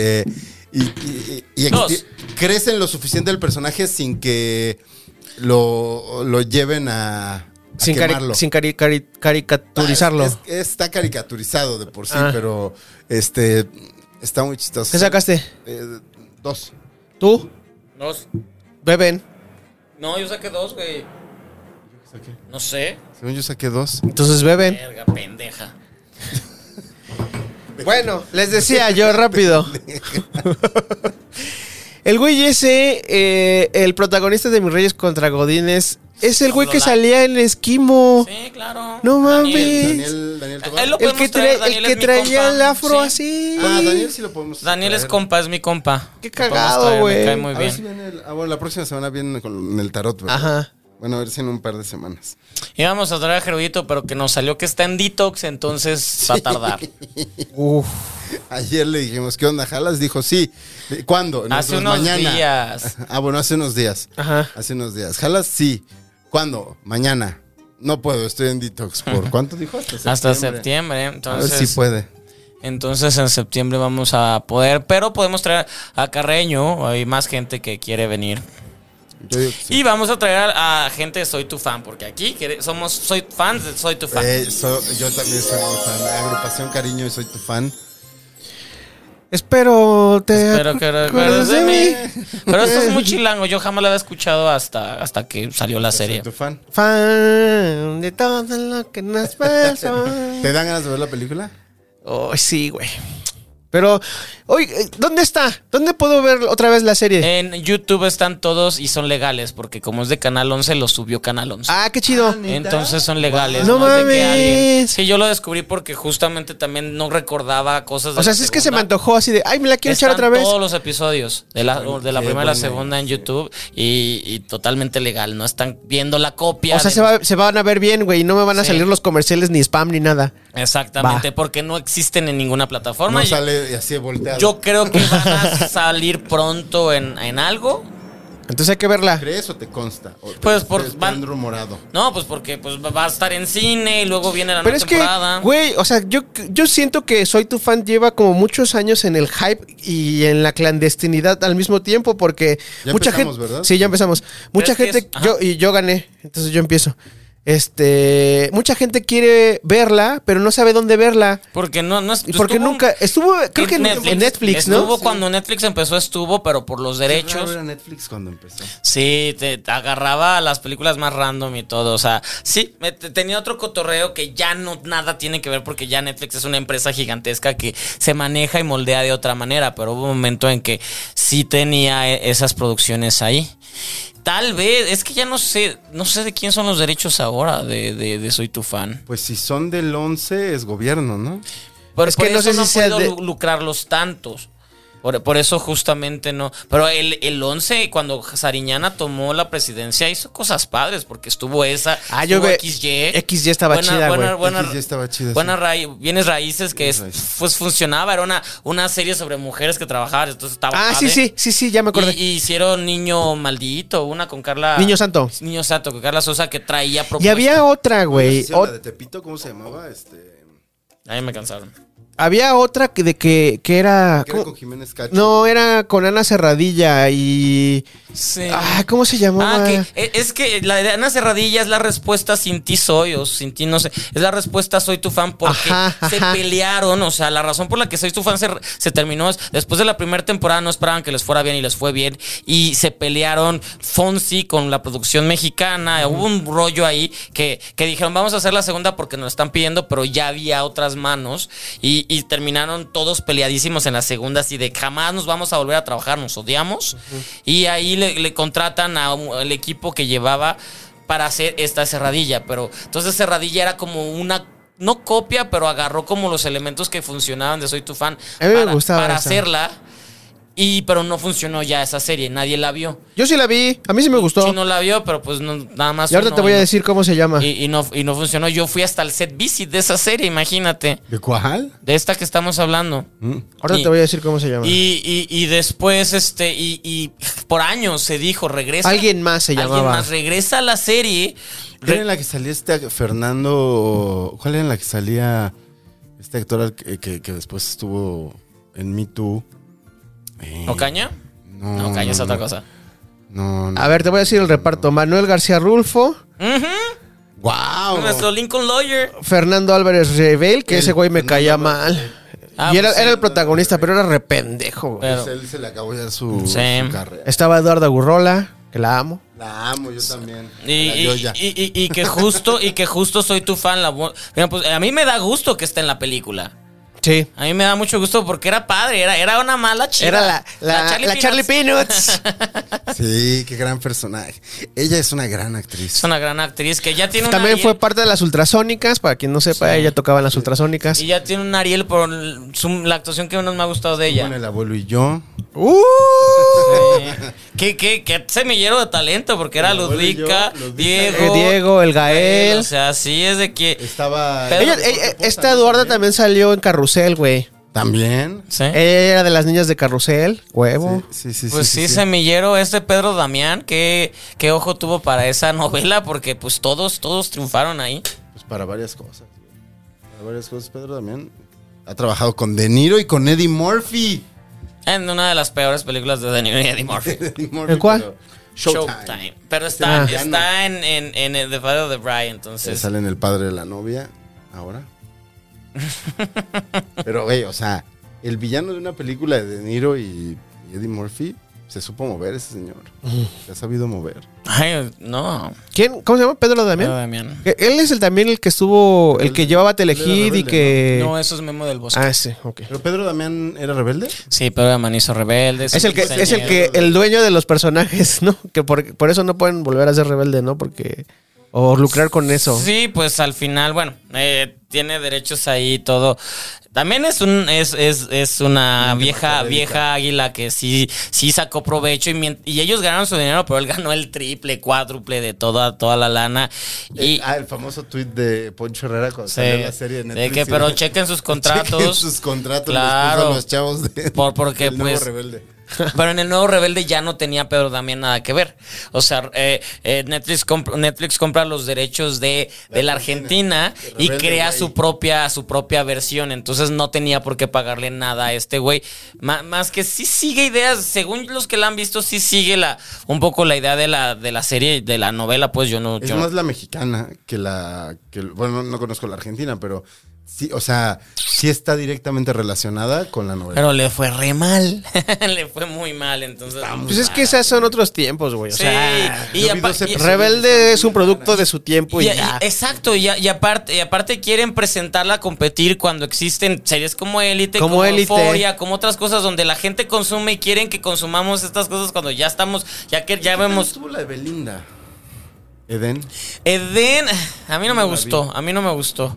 crecen lo suficiente el personaje sin que lo lleven a quemarlo. Sin caricaturizarlo. Está caricaturizado de por sí, pero está muy chistoso. ¿Qué sacaste? 2. ¿Tú? 2. Beben. No, yo saqué 2, güey. No sé. Según yo saqué 2. Entonces beben. Verga, pendeja. Bueno, les decía yo rápido. El güey ese, el protagonista de Mis Reyes contra Godines, es el güey que salía en Esquimo. Sí, claro. No mames. Daniel Tobar. Él lo El que, podemos traer, el Daniel que es mi traía compa. el afro Sí. así. Daniel sí lo podemos Daniel es traer. compa, es mi compa. Qué Lo podemos cagado, traer, güey. Me cae muy A ver si bien. viene bueno, la próxima semana viene con el tarot, ¿verdad? Ajá. Bueno, a ver si en un par de semanas. Íbamos a traer a Gerudito, pero que nos salió que está en detox, entonces va a tardar. Uf. Ayer le dijimos, ¿qué onda, jalas? Dijo, sí. ¿Cuándo? Hace Nosotros, unos días. Bueno, hace unos días. Ajá. Hace unos días. ¿Jalas? Sí. ¿Cuándo? Mañana. No puedo, estoy en detox. ¿Por cuánto dijo? Hasta septiembre. A ver Entonces, si puede. entonces en septiembre vamos a poder, pero podemos traer a Carreño, hay más gente que quiere venir. Yo digo que sí. Y vamos a traer a gente de Soy Tu Fan, porque aquí soy fans de Soy Tu Fan. Yo también soy muy fan. Agrupación Cariño y soy tu fan. Espero que acuerdes recuerdes de mí. Pero esto es muy chilango, yo jamás lo había escuchado hasta que salió la serie. Soy tu fan. Fan de todo lo que nos pasó. ¿Te dan ganas de ver la película? Oh, sí, güey. Pero, oye, ¿dónde está? ¿Dónde puedo ver otra vez la serie? En YouTube están todos y son legales, porque como es de Canal 11, lo subió Canal 11. Ah, qué chido. Entonces son legales. No es de que mames. Sí, yo lo descubrí porque justamente también no recordaba cosas de O sea, la si es que se me segunda. antojó así de, ay, me la quiero echar Están otra vez. todos los episodios de la Qué primera y la buena segunda en idea. YouTube y totalmente legal. No están viendo la copia. O sea, se van a ver bien, güey, y no me van a Sí. salir los comerciales ni spam ni nada. Exactamente, Va. porque no existen en ninguna plataforma. No Y sale así volteado. yo creo que van a salir pronto en algo. Entonces hay que verla. ¿Crees o te consta? ¿O Pues te han rumorado? No, pues porque pues va a estar en cine y luego viene la Pero nueva es que, temporada. güey, o sea, yo siento que Soy Tu Fan lleva como muchos años en el hype y en la clandestinidad al mismo tiempo porque Ya mucha empezamos, gente, ¿verdad? sí, ya empezamos. Mucha es que gente, es- ajá. yo gané, entonces yo empiezo. Mucha gente quiere verla, pero no sabe dónde verla. Porque no es. Y porque estuvo nunca estuvo, creo que en Netflix, ¿no? Estuvo cuando Netflix empezó, pero por los Qué derechos. raro era Netflix cuando empezó. Sí, te agarraba a las películas más random y todo. O sea, sí, tenía otro cotorreo que ya no nada tiene que ver porque ya Netflix es una empresa gigantesca que se maneja y moldea de otra manera. Pero hubo un momento en que sí tenía esas producciones ahí. Tal vez, es que ya no sé de quién son los derechos ahora de Soy Tu Fan. Pues si son del 11 es gobierno, ¿no? Pero Es que por no eso sé no si han sea podido de- lucrarlos tantos. Por eso justamente no. Pero el 11, cuando Sariñana tomó la presidencia, hizo cosas padres, porque estuvo esa. Yo estuvo ve XY. XY estaba chida, güey. XY estaba chida, Buenas sí. bienes raíces que Bienes raíces. pues funcionaba. Era una serie sobre mujeres que trabajaban. Entonces estaba Ah, padre. sí, ya me acordé. Y hicieron Niño Maldito, una con Carla. Niño Santo. Niño Santo, con Carla Sosa, que traía Y propuestas. había otra, güey. ¿Sí, la de Tepito, ¿cómo se llamaba? A mí me cansaron. Había otra que era... Que era con Jiménez Cacho. No, era con Ana Serradilla y... Sí. ¿Cómo se llamaba? Es que la de Ana Serradilla es la respuesta sin ti soy o sin ti no sé. Es la respuesta soy tu fan porque Ajá. se pelearon. O sea, la razón por la que soy tu fan se terminó es después de la primera temporada no esperaban que les fuera bien y les fue bien. Y se pelearon Fonsi con la producción mexicana. Hubo un rollo ahí que dijeron vamos a hacer la segunda porque nos están pidiendo, pero ya había otras manos. Y terminaron todos peleadísimos en la segunda, así de jamás nos vamos a volver a trabajar, nos odiamos. Y ahí le contratan al equipo que llevaba para hacer esta Serradilla. Pero entonces Serradilla era como una, no copia, pero agarró como los elementos que funcionaban de Soy Tu Fan A mí me gustaba para esa. hacerla. Pero no funcionó ya esa serie, nadie la vio. Yo sí la vi, a mí sí me gustó. Sí, no la vio, pero pues no, nada más. Y ahorita uno te voy a no- decir cómo se llama. Y no funcionó. Yo fui hasta el set visit de esa serie, imagínate. ¿De cuál? De esta que estamos hablando. Ahorita y- te voy a decir cómo se llama. Y después, y por años se dijo, regresa. Alguien más se Alguien llamaba. más, regresa a la serie. ¿Era en la que salía Fernando? ¿Cuál era en la que salía este actor que después estuvo en Me Too? ¿Ocaña? No, Ocaña es otra cosa. No. A ver, te voy a decir el reparto. Manuel García Rulfo, ¡Wow! Nuestro Lincoln Lawyer. Fernando Álvarez Rebel, que El ese güey me Fernando caía Álvarez. mal. Ah, Y era, pues sí. era el protagonista, pero era rependejo, güey. Pero- Él se le acabó ya su Sí. carrera. Estaba Eduardo Agurrola, que la amo. La amo, yo también. Y Yo ya. que justo soy tu fan. Mira, pues, a mí me da gusto que esté en la película. Sí. A mí me da mucho gusto porque era padre, era una mala chica. Era la Charlie Peanuts. Sí, qué gran personaje. Ella es una gran actriz. Es una gran actriz que ya tiene un También Ariel, fue parte de las ultrasónicas, para quien no sepa, ella tocaba en las ultrasónicas. y ya tiene un Ariel por la actuación que menos me ha gustado de ella. Bueno, el abuelo y yo. Sí. ¿Qué semillero de talento? Porque era El abuelo y Ludwika, yo, Diego, el Gael. O sea, sí es de que... Estaba. Pero- Esta Eduarda también salió en Carrusel, güey. También. ¿Sí? Ella era de las niñas de Carrusel, huevo. Sí. Pues sí, semillero Pedro Damián, qué ojo tuvo para esa novela, porque pues todos triunfaron ahí. Pues para varias cosas. Güey. Para varias cosas, Pedro también. Ha trabajado con De Niro y con Eddie Murphy. En una de las peores películas de De Niro y Eddie Murphy. Eddie Murphy, ¿En cuál? pero Showtime. Pero está, Ah. está en The Father of the Bride, entonces... Sale en El padre de la novia. Ahora. Pero, güey, o sea, el villano de una película de De Niro y Eddie Murphy se supo mover ese señor. Se ha sabido mover. Ay, no. ¿Quién? ¿Cómo se llama? Pedro Pedro Damián. Damián. Él es también el que estuvo, el que llevaba Telehit y rebelde, que... No, eso es Memo del Bosque. Ah, sí, ok. ¿Pero Pedro Damián era rebelde? Sí, Pedro Damián hizo Rebeldes. Es el que, el dueño de los personajes, ¿no? Que por eso no pueden volver a ser rebelde, ¿no? Porque... O lucrar con eso. Sí, pues al final, bueno, tiene derechos ahí todo. También es una vieja águila que sí sacó provecho y ellos ganaron su dinero, pero él ganó el triple, cuádruple de toda la lana. Y El famoso tweet de Poncho Herrera cuando sí, salió la serie de Netflix. de que, pero chequen sus contratos. Chequen sus contratos. Claro. Les puso a los chavos de Porque, del nuevo pues, rebelde. Pero en el nuevo Rebelde ya no tenía Pedro Damián nada que ver. O sea, Netflix compra los derechos de la Argentina y Rebelde, crea güey. su propia versión. Entonces no tenía por qué pagarle nada a este güey. Más que sí sigue ideas, según los que la han visto, sí sigue un poco la idea de la serie, de la novela, pues yo no... Es más la mexicana bueno, no conozco la Argentina, pero sí, o sea, sí está directamente relacionada con la novela. Pero le fue re mal. Le fue muy mal, entonces... Pues es que esas son otros tiempos, güey. O Sí, sea, y yo vi 12 episodios. Rebelde es un producto de su tiempo y ya. Exacto, y aparte quieren presentarla a competir cuando existen series como Élite, Como como Élite. Euphoria, como otras cosas donde la gente consume y quieren que consumamos estas cosas cuando ya estamos, ya vemos... Estuvo la de Belinda. Eden. Eden, a mí no me gustó.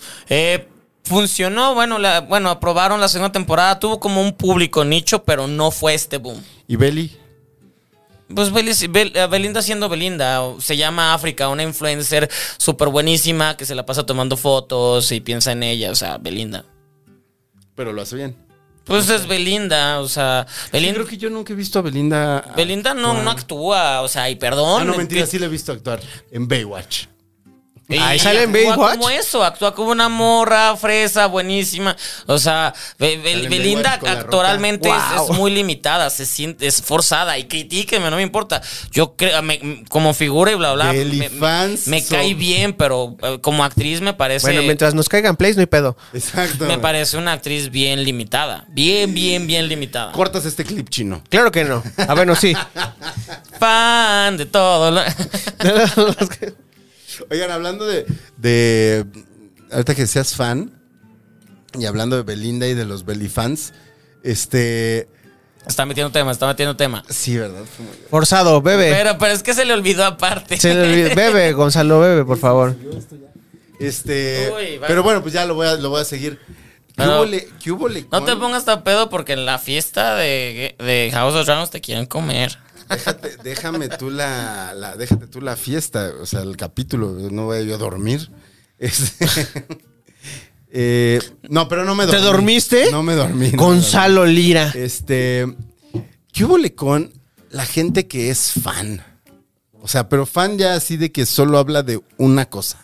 Funcionó, bueno, aprobaron la segunda temporada, tuvo como un público nicho, pero no fue este boom. ¿Y Beli? Pues Belinda siendo Belinda, se llama África, una influencer súper buenísima que se la pasa tomando fotos y piensa en ella, o sea, Belinda. Pero lo hace bien. Pues es Belinda, o sea, Sí, creo que yo nunca he visto a Belinda. Belinda no actúa, o sea, y perdón. Ah, no, mentira, sí la he visto actuar en Baywatch. Ahí sale en actúa Baywatch. como eso, actúa como una morra fresa, buenísima. O sea, en Belinda Baywatch con la actualmente roca. Wow. es muy limitada, es forzada y critíquenme, no me importa. Yo creo, como figura y bla, bla, Belifans me son- cae bien, pero como actriz me parece... Bueno, mientras nos caigan plays, no hay pedo. Exacto. Me parece una actriz bien limitada. Bien limitada. Cortas este clip chino. Claro que no. Ah, bueno, sí. Fan de todo. Oigan, hablando de ahorita que seas fan y hablando de Belinda y de los Belifans, Está metiendo tema. sí, ¿verdad? Fue muy- Forzado, bebe. Pero es que se le olvidó aparte. Se le olvidó. Bebe, Gonzalo, bebe, por favor. Uy, va. Pero bueno, pues ya lo voy a seguir. Pero- ¿Qué hubo le No te pongas tan pedo porque en la fiesta de House of Dragons te quieren comer. Déjame tú déjate tú la fiesta, o sea, el capítulo, no voy yo a dormir. No, pero no me dormí. ¿Te dormiste? No me dormí. Gonzalo Lira. ¿Qué hubo con la gente que es fan? O sea, pero fan ya así de que solo habla de una cosa.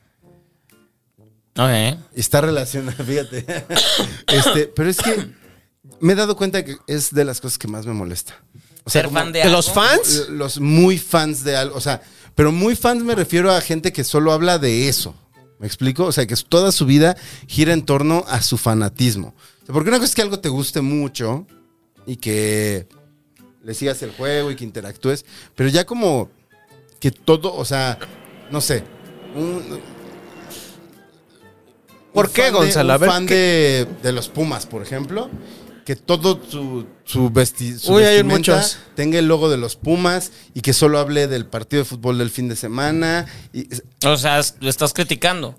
Ok. Está relacionada, fíjate. Pero es que me he dado cuenta que es de las cosas que más me molesta. O sea, Ser como fan de ¿De algo. los fans? los muy fans de algo, o sea, pero muy fans me refiero a gente que solo habla de eso. ¿Me explico? O sea, que toda su vida gira en torno a su fanatismo. O sea, porque una cosa es que algo te guste mucho y que le sigas el juego y que interactúes, pero ya como que todo, o sea, no sé, ¿Por qué, Gonzalo? A ver, fan de los Pumas, por ejemplo, que todo su Uy, hay vestimenta muchos. tenga el logo de los Pumas y que solo hable del partido de fútbol del fin de semana. O sea, lo estás criticando.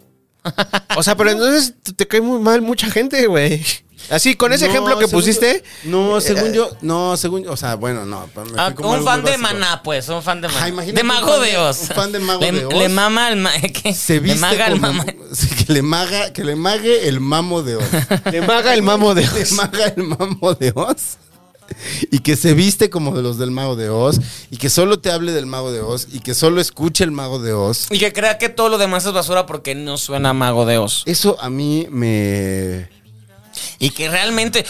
O sea, pero entonces te cae muy mal mucha gente, güey. Así, con ese ejemplo que pusiste. Según yo, o sea, bueno, no. me fui como Un algo fan muy de básico. Maná, pues, un fan de Maná. Imagínate De un Mago fan de de- Oz. un fan de Mago de Oz. Le mama el ¿qué? Se Le viste maga el como, mama. sí, que le mague el mamo de Oz. Le maga el mamo de Le maga el mamo de Oz. Y que se viste como de los del Mago de Oz. Y que solo te hable del Mago de Oz. Y que solo escuche el Mago de Oz. Y que crea que todo lo demás es basura porque no suena a Mago de Oz. Eso a mí me... Y que realmente,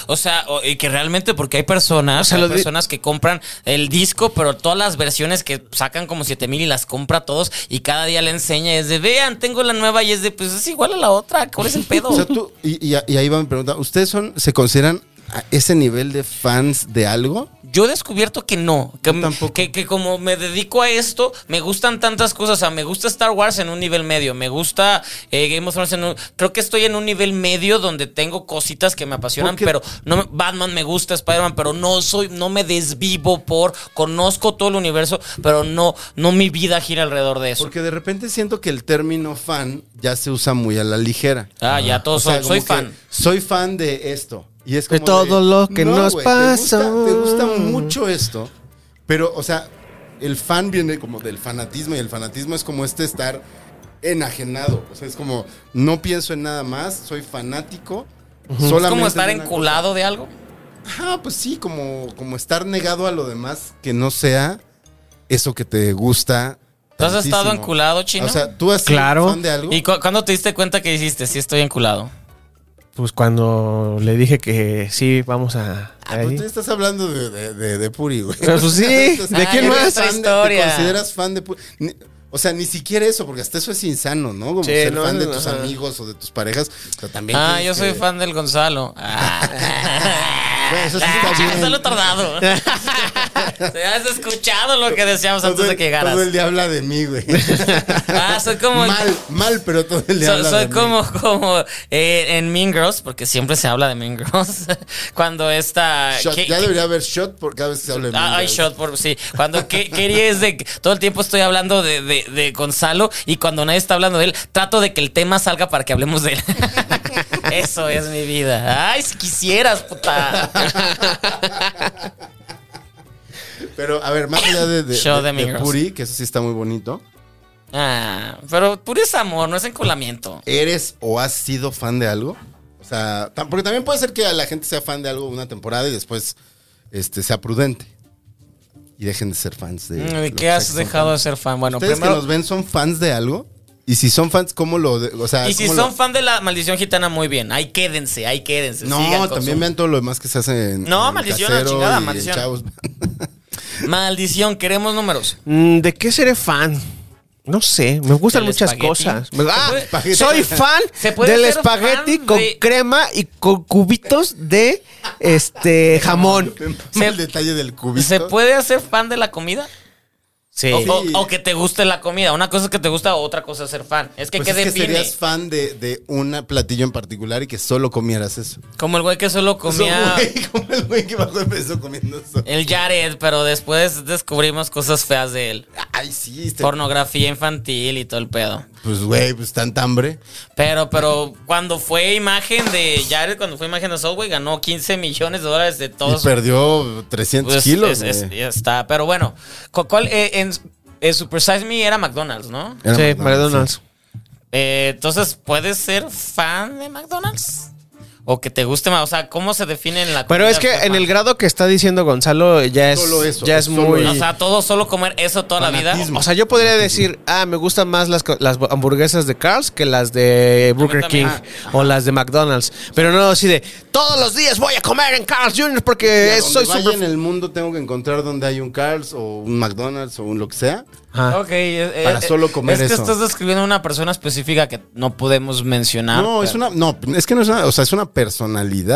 porque hay personas, hay personas que compran el disco, pero todas las versiones que sacan como 7,000 y las compra todos y cada día le enseña, es de, vean, tengo la nueva y es de, pues es igual a la otra, ¿cuál es el pedo? O sea, tú... Y ahí va mi pregunta. ¿Ustedes se consideran a ese nivel de fans de algo? Yo he descubierto que no, Yo tampoco. que como me dedico a esto, me gustan tantas cosas, o sea, me gusta Star Wars en un nivel medio, me gusta Game of Thrones creo que estoy en un nivel medio donde tengo cositas que me apasionan, Porque- pero no, Batman me gusta, Spider-Man, pero no me desvivo conozco todo el universo, pero no mi vida gira alrededor de eso. Porque de repente siento que el término fan ya se usa muy a la ligera. Ya todos O sea, soy como fan. que soy fan de esto. Y es De como todo lo que nos güey, pasó. Te gusta mucho esto. Pero, o sea, el fan viene como del fanatismo. Y el fanatismo es como estar enajenado. O sea, es como, no pienso en nada más. Soy fanático. Es como estar de una enculado de algo. cosa. Pues sí, como estar negado a lo demás que no sea eso que te gusta. ¿Tú has estado tantísimo. enculado, Chino? O sea, tú has sido Claro. fan de algo. ¿Y cuándo te diste cuenta que dijiste, sí estoy enculado? Pues cuando le dije que sí, vamos a... Pues ahí. tú estás hablando de Puri, güey. Pero pues sí, ¿de quién es más? otra ¿Te historia. consideras fan de Puri? O sea, ni siquiera eso, porque hasta eso es insano, ¿no? Como Sí, ser no, fan de no, tus ajá. amigos o de tus parejas. Pero también Yo tienes soy que- fan del Gonzalo. Bueno, eso sí está bien. Gonzalo tardado. Te has escuchado lo que decíamos antes de que llegaras. Todo el día habla de mí, güey. Soy como... Mal, pero todo el día habla Soy de mí. como en Mean Girls, porque siempre se habla de Mean Girls. Cuando está... Shot. Ya debería haber shot por cada vez que se habla de mí. Hay shot sí. Cuando Keri es de que todo el tiempo estoy hablando de Gonzalo y cuando nadie está hablando de él, trato de que el tema salga para que hablemos de él. Eso es mi vida. Ay, si quisieras, puta. Pero, a ver, más allá Show de de Mean Girls. Puri, que eso sí está muy bonito. Pero puro es amor, no es enculamiento. ¿Eres o has sido fan de algo? O sea, porque también puede ser que la gente sea fan de algo una temporada y después sea prudente. Y dejen de ser fans de... ¿De lo qué que has sea que son dejado de fans. ser fan? Bueno, ¿Ustedes primero... que nos ven son fans de algo? Y si son fans, ¿cómo lo...? O sea, Y si ¿cómo son lo- fan de la Maldición Gitana, muy bien. Ahí quédense. No, sigan con también su- vean todo lo demás que se hace en No, en Maldición, la Casero chingada, y en Maldición. Chavos. Maldición, queremos números. ¿De qué seré fan? No sé, me gustan ¿Del muchas espagueti? cosas. puede- Soy fan ¿Se puede del ser espagueti fan con de- crema y con cubitos de jamón. El detalle del cubito. ¿Se puede hacer fan de la comida? Sí. O que te guste la comida. Una cosa es que te gusta, otra cosa es ser fan. Es que Pues ¿qué es que define? serías fan de un platillo en particular y que solo comieras eso. Como el güey que solo comía Como el güey que bajó de peso comiendo eso. el Jared, pero después descubrimos cosas feas de él. Ay, sí. Pornografía infantil y todo el pedo. Pues, güey, pues tanta hambre. Pero cuando fue imagen de Jared, cuando fue imagen de Subway, ganó $15 millones de todos. Y perdió 300 Pues, kilos. ya está. Pero bueno, ¿cuál? En Super Size Me era McDonald's, ¿no? Era Sí, McDonald's, McDonald's. Entonces, ¿puedes ser fan de McDonald's? O que te guste más. O sea, ¿cómo se define en la Pero comida es que ser en fan? el grado que está diciendo Gonzalo ya es, Solo eso, ya es es solo muy... eso. O sea, todo solo comer eso toda la vida. Fanatismo. O sea, yo podría decir, me gustan más las hamburguesas de Carl's que las de Burger King también. o las de McDonald's. Pero no así de, todos los días voy a comer en Carl's Jr. Y a porque donde soy vaya súper... en el mundo tengo que encontrar donde hay un Carl's o un McDonald's o un lo que sea. Ajá. Ok, Para solo comer es que eso. estás describiendo a una persona específica que no podemos mencionar. No, pero- es que no es una, o sea, es una personalidad.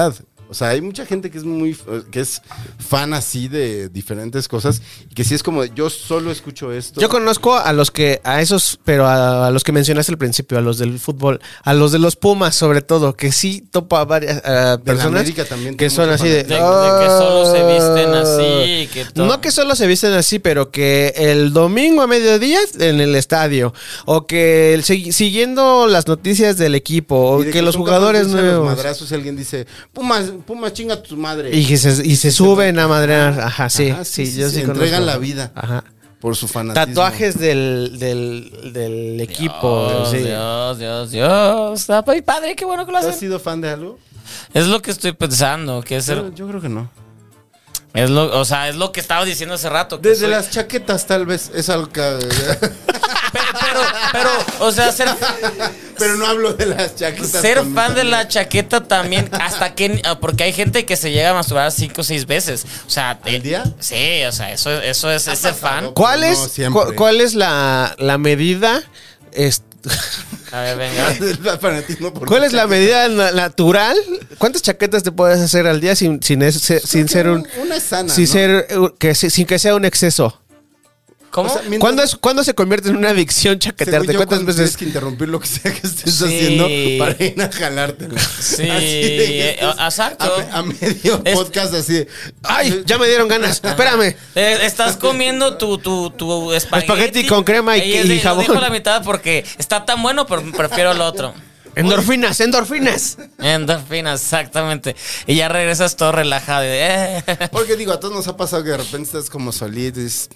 O sea, hay mucha gente que es fan así de diferentes cosas, que sí es como, yo solo escucho esto. Yo conozco a los que mencionaste al principio, a los del fútbol, a los de los Pumas sobre todo, que sí topa a varias personas América también que tiene son mucho así de que solo se visten así. Que no que solo se visten así, pero que el domingo a mediodía en el estadio, o que siguiendo las noticias del equipo, o Y de que los son jugadores capaces de irse a los nuevos. madrazos, y alguien dice, Pumas, chinga tu madre. Y se suben a madrear. Ajá, sí. Ajá, Sí, yo sí entregan conozco. la vida. Ajá. Por su fanatismo. Tatuajes del equipo. Dios. Está muy padre, qué bueno que lo ¿Has hacen. sido fan de algo? Es lo que estoy pensando, que es Yo creo que no. es lo que estaba diciendo hace rato. Que Desde soy- las chaquetas tal vez es algo que... pero, o sea, Pero no hablo de las chaquetas. ser con fan mis de la amigos. chaqueta también, porque hay gente que se llega a masturbar 5 o 6 veces. O sea, ¿Al día? Sí, o sea, eso es ser fan. ¿Cuál No, es, siempre. ¿Cuál es la medida? A ver, venga. El fanatismo por ¿Cuál es la medida natural? ¿Cuántas chaquetas te puedes hacer al día sin ser un Una es sana, sin ¿no? ser sin que sea un exceso? ¿Cómo? O sea, mientras- ¿Cuándo se convierte en una adicción según chaquetearte? yo, ¿Cuántas cuando veces? tienes que interrumpir lo que sea que estés Sí. haciendo para ir a jalártela. Sí, Así de que estés exacto. A medio Es- podcast así de, ¡Ay! Ya me dieron ganas. Espérame. Estás comiendo tu Espagueti con crema y lo jabón. dijo a la mitad porque está tan bueno, pero prefiero lo otro. Endorfinas. Endorfinas, exactamente. Y ya regresas todo relajado. Porque digo, a todos nos ha pasado que de repente estás como solito y dices,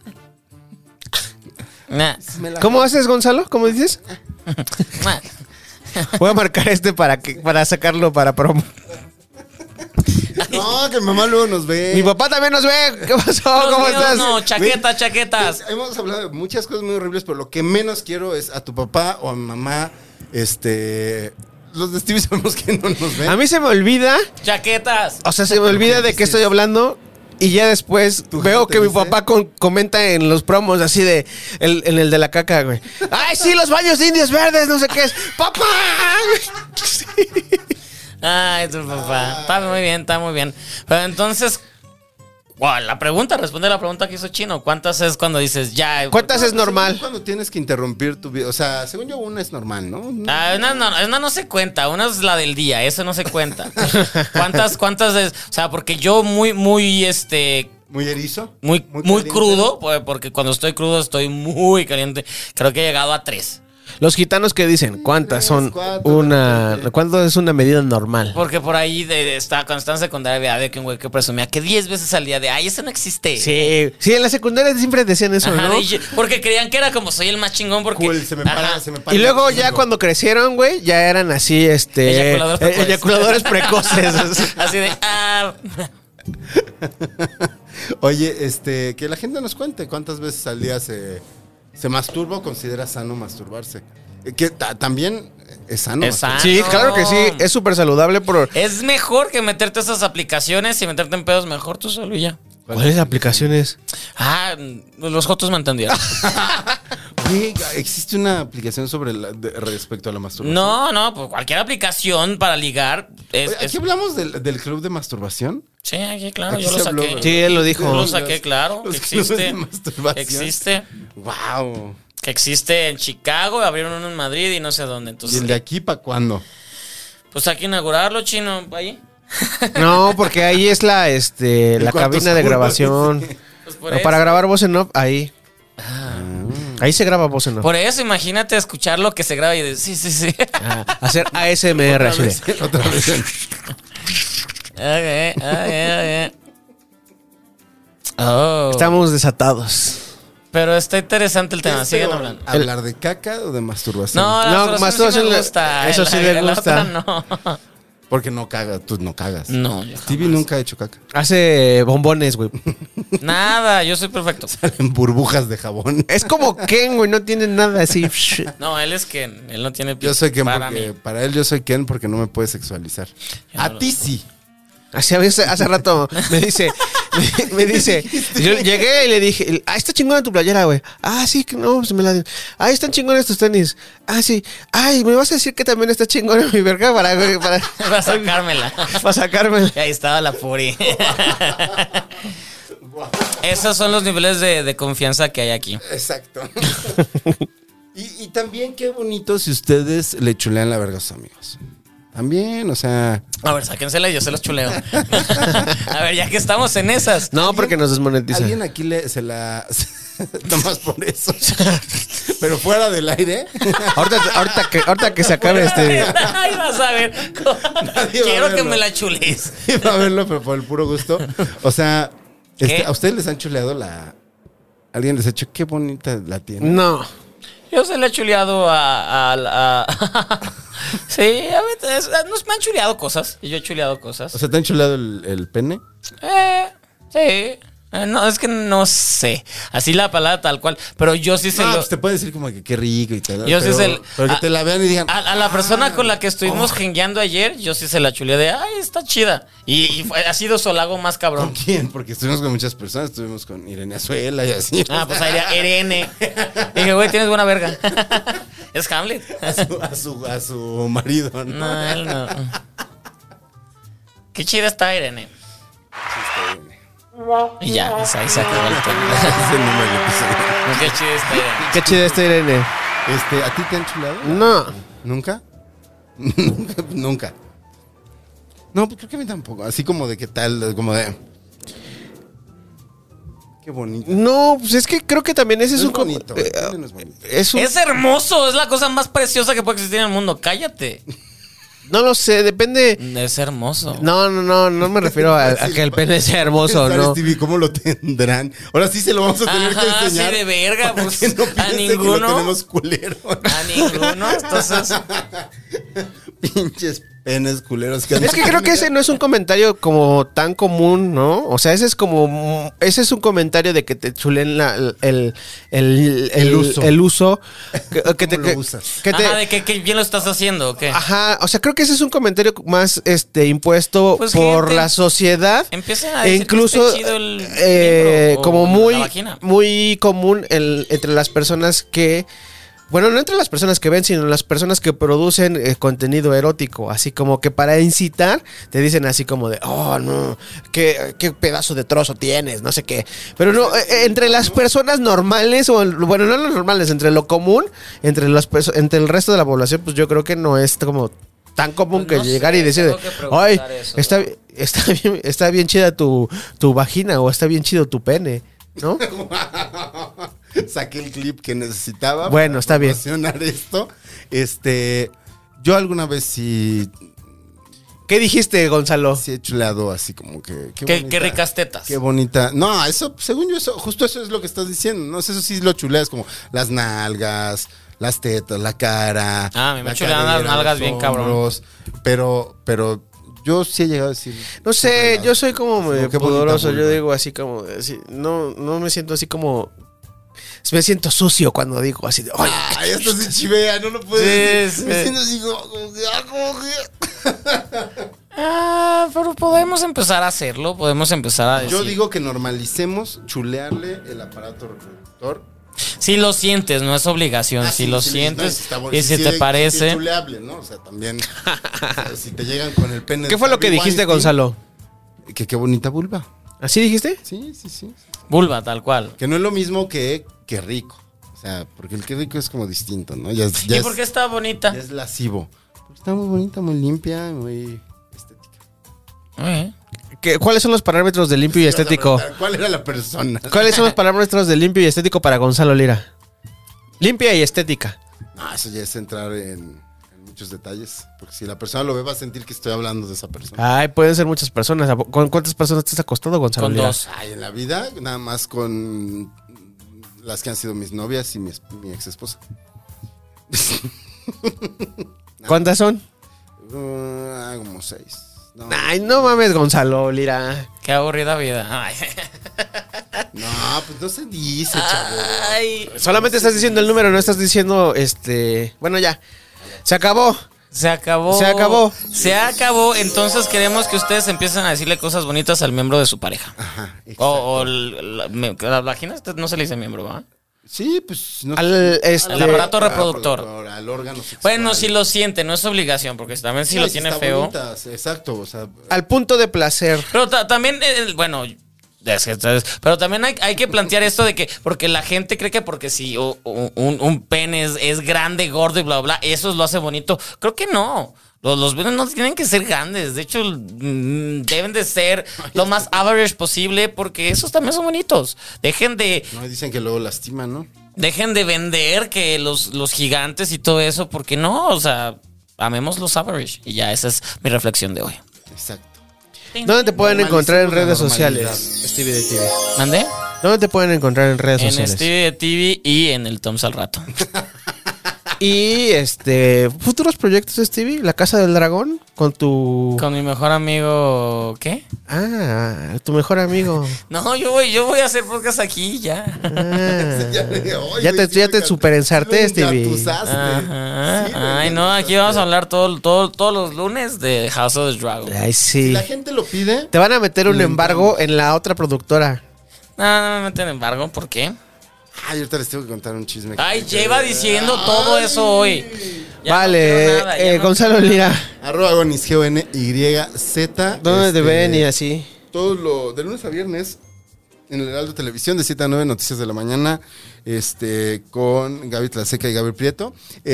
Nah. ¿Cómo haces, Gonzalo? ¿Cómo dices? Nah. Voy a marcar para sacarlo para promo. no, que mamá luego nos ve. Mi papá también nos ve. ¿Qué pasó? Los ¿Cómo míos estás? No, chaquetas. Hemos hablado de muchas cosas muy horribles, pero lo que menos quiero es a tu papá o a mi mamá, los de Stevie sabemos que no nos ven. A mí se me olvida. Chaquetas. O sea, se me olvida de qué estoy hablando. Y ya después ¿Tu veo jefe te que mi dice? papá comenta en los promos así de en el de la caca, güey. ¡Ay, sí, los baños de indios verdes! No sé qué es. ¡Papá! Ay, tu papá. Está muy bien. Pero entonces, responde la pregunta que hizo Chino. ¿Cuántas es cuando dices ya? ¿Cuántas es normal? Según cuando tienes que interrumpir tu vida. O sea, según yo, una es normal, ¿no? Una no se cuenta, una es la del día, esa no se cuenta. ¿Cuántas es? O sea, porque yo muy Muy erizo. muy caliente. crudo, porque cuando estoy crudo estoy muy caliente. Creo que he llegado a 3. Los gitanos que dicen, ¿cuántas son ¿cuánto es una medida normal? Porque por ahí cuando estaba en secundaria había que un güey que presumía que 10 veces al día eso no existe. Sí, en la secundaria siempre decían eso, Ajá, ¿no? porque creían que era como soy el más chingón porque Cool, se me para. Y luego ya cuando crecieron, güey, ya eran así, Eyaculadores precoces. eyaculadores precoces. así de Oye, que la gente nos cuente cuántas veces al día se masturba o considera sano masturbarse. Que también es sano. Es masturbarse. Sí, no. claro que sí, es súper saludable por... es mejor que meterte a esas aplicaciones y meterte en pedos mejor tú solo y ya. ¿Cuáles aplicaciones? Los jotos me entendieron. Oye, ¿existe una aplicación respecto a la masturbación? No, pues cualquier aplicación para ligar Oye, ¿aquí hablamos del club de masturbación? Sí, aquí, claro, Aquí yo lo se habló, saqué. ¿verdad? Sí, él lo dijo. Yo lo saqué, claro, Los que clubes existe. de masturbación. Existe. Wow. Que existe en Chicago, abrieron uno en Madrid y no sé dónde. ¿Y Entonces, el de aquí para cuándo? pues hay que inaugurarlo, Chino, ahí. No, porque ahí es la cuarto cabina de oscuro, grabación. sí. Pues por No, eso. para grabar voz en off, ahí. Ahí se graba voz en off. Por eso, imagínate escuchar lo que se graba y decir, sí. Hacer ASMR así de. Otra vez. Ok. Oh. Estamos desatados. Pero está interesante el tema, siguen Pero, hablando. ¿hablar de caca o de masturbación? No, la masturbación sí me gusta. eso sí le la gusta. otra no. Porque no cagas, tú no cagas. No, yo Stevie jamás. nunca ha hecho caca. Hace bombones, güey. Nada, yo soy perfecto. En burbujas de jabón. Es como Ken, güey, no tiene nada así. No, él es Ken, él no tiene Yo soy Ken para porque mí. para él yo soy Ken porque no me puede sexualizar. Yo A no ti lo- sí. Así hace rato me dice, Me dice, yo llegué y le dije, está chingona tu playera, güey. Sí, que no, pues me la... están chingones tus tenis. Sí. ¿Me vas a decir que también está chingona mi verga para sacármela? Para sacármela. Y ahí estaba la Puri. Esos son los niveles de confianza que hay aquí. Exacto. Y también qué bonito si ustedes le chulean la verga a sus amigos. También, o sea... A ver, sáquensela y yo se los chuleo. A ver, ya que estamos en esas. No, porque nos desmonetiza. Alguien aquí se la... Nomás por eso. Pero fuera del aire. Ahorita que se acabe Ay, vas a ver. Quiero que me la chules. Iba a verlo, pero por el puro gusto. O sea, ¿a ustedes les han chuleado alguien les ha dicho qué bonita la tiene? No. Yo se le he chuleado Sí, a veces me han chuleado cosas. Y yo he chuleado cosas. O sea, ¿te han chuleado el pene? Sí. No, es que no sé. Así la palabra tal cual. Pero yo sí se lo... pues te puede decir como que qué rico y tal. Yo sí se... Pero que te la vean y digan... A la persona con la que estuvimos jengueando ayer, yo sí se la chuleé de... Está chida. Y ha sido solago más cabrón. ¿Con quién? Porque estuvimos con muchas personas. Estuvimos con Irene Azuela y así. Pues ahí era Irene. Dije, güey, tienes buena verga. Es Hamlet. A su marido, ¿no? No, él no. Qué chida está Irene. Sí, está bien. Y ya, ahí se acabó el tema. Qué chida está Irene. Qué chida está Irene. ¿A ti te han chulado? No. ¿Nunca? Nunca. No, pues creo que a mí tampoco. Así como de qué tal, como de... Qué bonito. No, pues es que creo que también ese No es un... bonito, no es bonito. Es hermoso, es la cosa más preciosa que puede existir en el mundo. Cállate. No lo sé, depende... Es hermoso. No me refiero a que el pene sea hermoso, ¿no? Stevie, ¿cómo lo tendrán? Ahora sí se lo vamos a tener que enseñar. Sí, de verga, para pues, que no a piense ninguno. que lo tenemos culero. A ninguno, entonces... Pinches penes culeros. Es que creo que ese no es un comentario como tan común, ¿no? O sea, ese es un comentario de que te chulen el uso. ¿Cómo lo usas? de que bien lo estás haciendo, ¿o qué? Ajá, o sea, creo que ese es un comentario más impuesto Pues, por gente, la sociedad. Empiecen a decir incluso que está chido el miembro como o la vagina. muy común entre las personas que... Bueno, no entre las personas que ven, sino las personas que producen contenido erótico. Así como que para incitar, te dicen así como de, no, qué pedazo de trozo tienes, no sé qué. Pero no, entre las personas normales, bueno, no las normales, entre lo común, entre el resto de la población, pues yo creo que no es como tan común Pues que no llegar sé, y decir, tengo que preguntar eso. está bien chida tu vagina o está bien chido tu pene, ¿no? Saqué el clip que necesitaba. Bueno, está bien. Para promocionar esto. Yo alguna vez sí ¿Qué dijiste, Gonzalo? he chuleado así como que... Qué ricas tetas. Qué bonita. No, eso, según yo, justo eso es lo que estás diciendo, ¿no? Eso sí lo chuleas, como las nalgas, las tetas, la cara. Me chulean las nalgas bien cabrón. Pero yo sí he llegado a decir... No sé, yo soy como medio qué bonita pudoroso. vulva. Yo digo así como... Así, no me siento así como... Me siento sucio cuando digo así de... Oye, Ay, esto sí chivea, no lo puedes Sí, decir. Me sí. siento así como que... Pero podemos empezar a hacerlo. Podemos empezar a decir. Yo digo que normalicemos chulearle el aparato reproductor. Si lo sientes, no es obligación. Si lo sientes está bueno. y si te Sí, parece. es chuleable, ¿no? O sea, también. O sea, si te llegan con el pene. ¿qué fue lo que Harvey dijiste, Weinstein, Gonzalo? Que qué bonita vulva. ¿Así dijiste? Sí. Vulva, tal cual. Que no es lo mismo que rico. O sea, porque el que rico es como distinto, ¿no? ¿Y por qué está bonita? ya es lascivo. Porque está muy bonita, muy limpia, muy estética. ¿Cuáles son los parámetros de limpio y estético? ¿Cuál era la persona? ¿Cuáles son los parámetros de limpio y estético para Gonzalo Lira? Limpia y estética. No, eso ya es entrar en muchos detalles. Porque si la persona lo ve, va a sentir que estoy hablando de esa persona. Ay, pueden ser muchas personas. ¿Con cuántas personas te has acostado, Gonzalo Con Lira? 2. Ay, en la vida, nada más con las que han sido mis novias y mi ex esposa. ¿Cuántas son? Como 6. No, Ay, no mames, Gonzalo Lira. Qué aburrida vida. Ay. no, pues no se dice, chavo. Ay. Solamente estás diciendo el número, no estás diciendo Bueno, ya. Se acabó. Se acabó. Se acabó. Se acabó. Entonces queremos que ustedes empiecen a decirle cosas bonitas al miembro de su pareja. Ajá, exacto. O la vagina no se le dice miembro, ¿verdad? Sí, pues no Al Al aparato reproductor. Al órgano sexual. Bueno, si lo siente, no es obligación, porque también si lo tiene está feo. bonita, exacto, o sea, al punto de placer. Pero también, bueno, pero también hay que plantear esto de que, porque la gente cree que porque si un pene es grande, gordo y bla, bla, eso lo hace bonito. Creo que no. Los penes no tienen que ser grandes. De hecho, deben de ser lo más average posible, porque esos también son bonitos. Dejen de dicen que luego lastiman, ¿no? Dejen de vender que los gigantes y todo eso, porque no, o sea, amemos los average. Y ya, esa es mi reflexión de hoy. Exacto. ¿Dónde te pueden encontrar en redes normalidad. sociales, Stevie de TV? ¿Mandé? ¿Dónde te pueden encontrar en redes En sociales? Stevie TV y en el Toms al rato. Y futuros proyectos de Stevie, La Casa del Dragón, con tu... Con mi mejor amigo, ¿qué? Ah, tu mejor amigo. No, yo voy a hacer podcast aquí ya. Ah. Ya te superensarté, Stevie. Ajá. Ay, no, aquí vamos a hablar todos los lunes de House of the Dragon. Ay, Si sí. la gente lo pide, Te van a meter un embargo en la otra productora. No me meten embargo, ¿por qué? ay, ahorita les tengo que contar un chisme. Ay, lleva diciendo todo eso hoy. Ya vale, no quiero nada, ya no Gonzalo quiero Lira. @Gonis, GONYZ. ¿Dónde te ven y así? Todo de lunes a viernes en el Heraldo Televisión de 7 a 9, Noticias de la Mañana, con Gaby Tlaseca y Gabriel Prieto.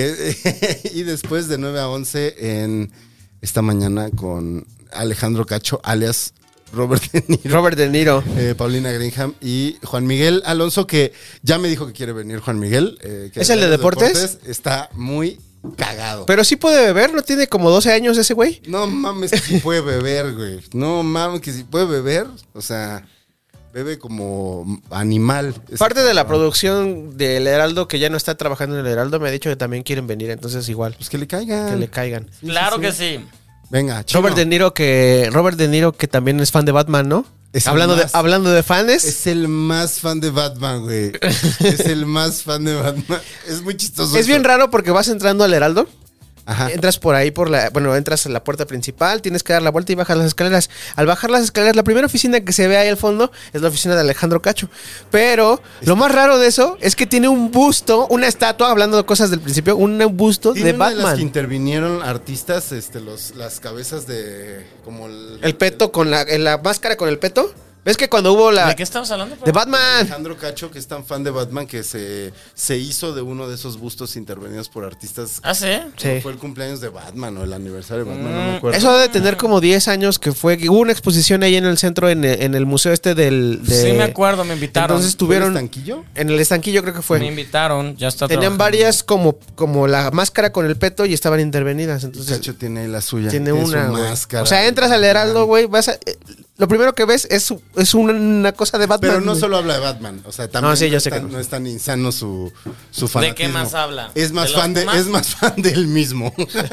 Y después de 9 a 11 en esta mañana con Alejandro Cacho, alias Robert De Niro. Paulina Greenham y Juan Miguel Alonso, que ya me dijo que quiere venir Juan Miguel. ¿Es el de deportes? Está muy cagado. Pero sí puede beber, ¿no tiene como 12 años ese güey? No mames que sí puede beber, güey. No mames que sí puede beber. O sea, bebe como animal. Parte de la producción del Heraldo, que ya no está trabajando en el Heraldo, me ha dicho que también quieren venir, entonces igual. Pues que le caigan. Que le caigan. Claro que sí. Venga, chino. Robert De Niro, que también es fan de Batman, ¿no? Es Hablando de fans. Es el más fan de Batman, güey. Es el más fan de Batman. Es muy chistoso. Es bien raro porque vas entrando al Heraldo. Ajá. Entras por ahí entras a la puerta principal, tienes que dar la vuelta y bajas las escaleras. Al bajar las escaleras, la primera oficina que se ve ahí al fondo es la oficina de Alejandro Cacho. Pero lo más raro de eso es que tiene un busto, una estatua, hablando de cosas del principio, un busto de ¿Tiene una de las Batman. que intervinieron artistas, las cabezas de como El peto con la máscara con el peto. ¿Ves que cuando hubo ¿De qué estamos hablando? de Batman? Alejandro Cacho, que es tan fan de Batman, que se hizo de uno de esos bustos intervenidos por artistas. ¿Ah, sí? Sí. Fue el cumpleaños de Batman o el aniversario de Batman, no me acuerdo. Eso debe tener como 10 años que hubo una exposición ahí en el centro, en el museo Sí, me acuerdo, me invitaron. Entonces ¿Fue el tuvieron estanquillo? en el estanquillo, creo que fue. Me invitaron, ya está. Tenían trabajando. varias como la máscara con el peto y estaban intervenidas. Entonces Cacho tiene la suya. tiene su una, güey. máscara. O sea, entras al Heraldo, güey, lo primero que ves es una cosa de Batman. Pero no güey. solo habla de Batman, o sea, también No, sí, yo sé que no. no es tan insano su fanatismo. ¿De qué más habla? Es más ¿De los fan Pumas? es más fan del mismo.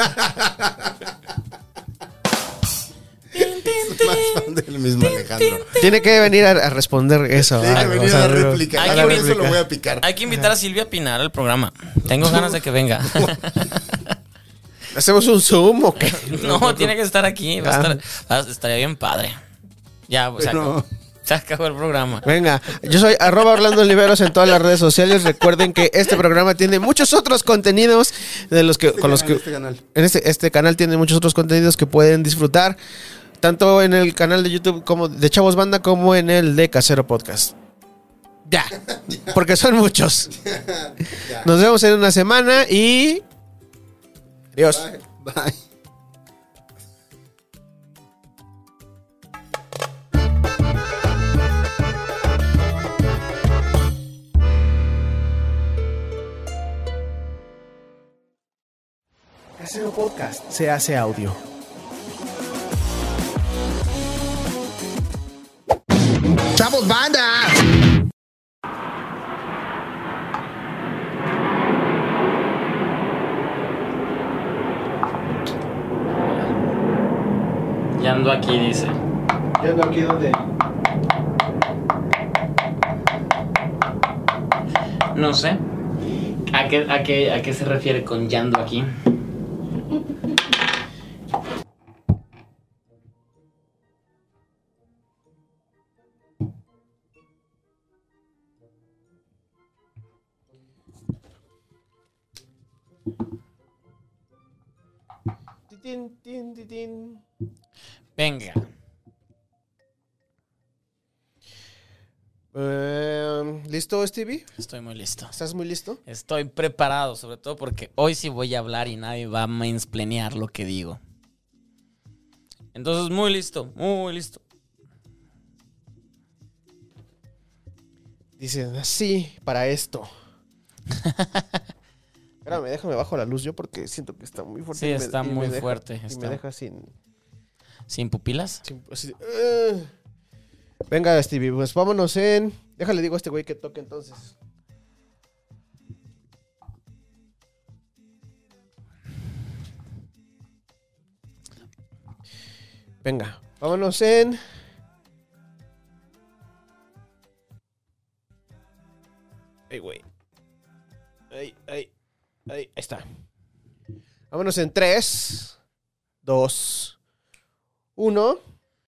Es más fan del mismo Alejandro. Tiene que venir a responder eso. Tiene que venir a la réplica. Hay A que la venir- eso lo voy a picar. Hay que invitar a Silvia Pinar al programa. Tengo ganas de que venga. ¿Hacemos un Zoom o qué? No, tiene que estar aquí. Estaría bien padre. Ya, Pero- se acabó el programa. Venga, yo soy @Orlando Oliveros en todas las redes sociales. Recuerden que este programa tiene muchos otros contenidos de los que Este canal. en este canal tiene muchos otros contenidos que pueden disfrutar tanto en el canal de YouTube como de Chavos Banda como en el de Casero Podcast. Ya, porque son muchos. Nos vemos en una semana y adiós. Bye. Bye. Casero Podcast se hace audio. ¡Chavos Banda! Ya ando aquí, dice. ¿Ya ando aquí donde? No sé. ¿A qué se refiere con yando aquí? Venga. ¿Listo, Stevie? Estoy muy listo. ¿Estás muy listo? Estoy preparado, sobre todo porque hoy sí voy a hablar y nadie va a mansplanear lo que digo. Entonces, muy listo, muy listo. Dicen así para esto. Espérame, déjame bajo la luz yo porque siento que está muy fuerte. Sí, está muy fuerte. Y me deja sin ¿Sin pupilas? así, Venga, Stevie, pues vámonos en... Déjale, digo a este güey que toque entonces. Venga, vámonos en... Ay, güey. Ahí está. Vámonos en 3, 2, 1...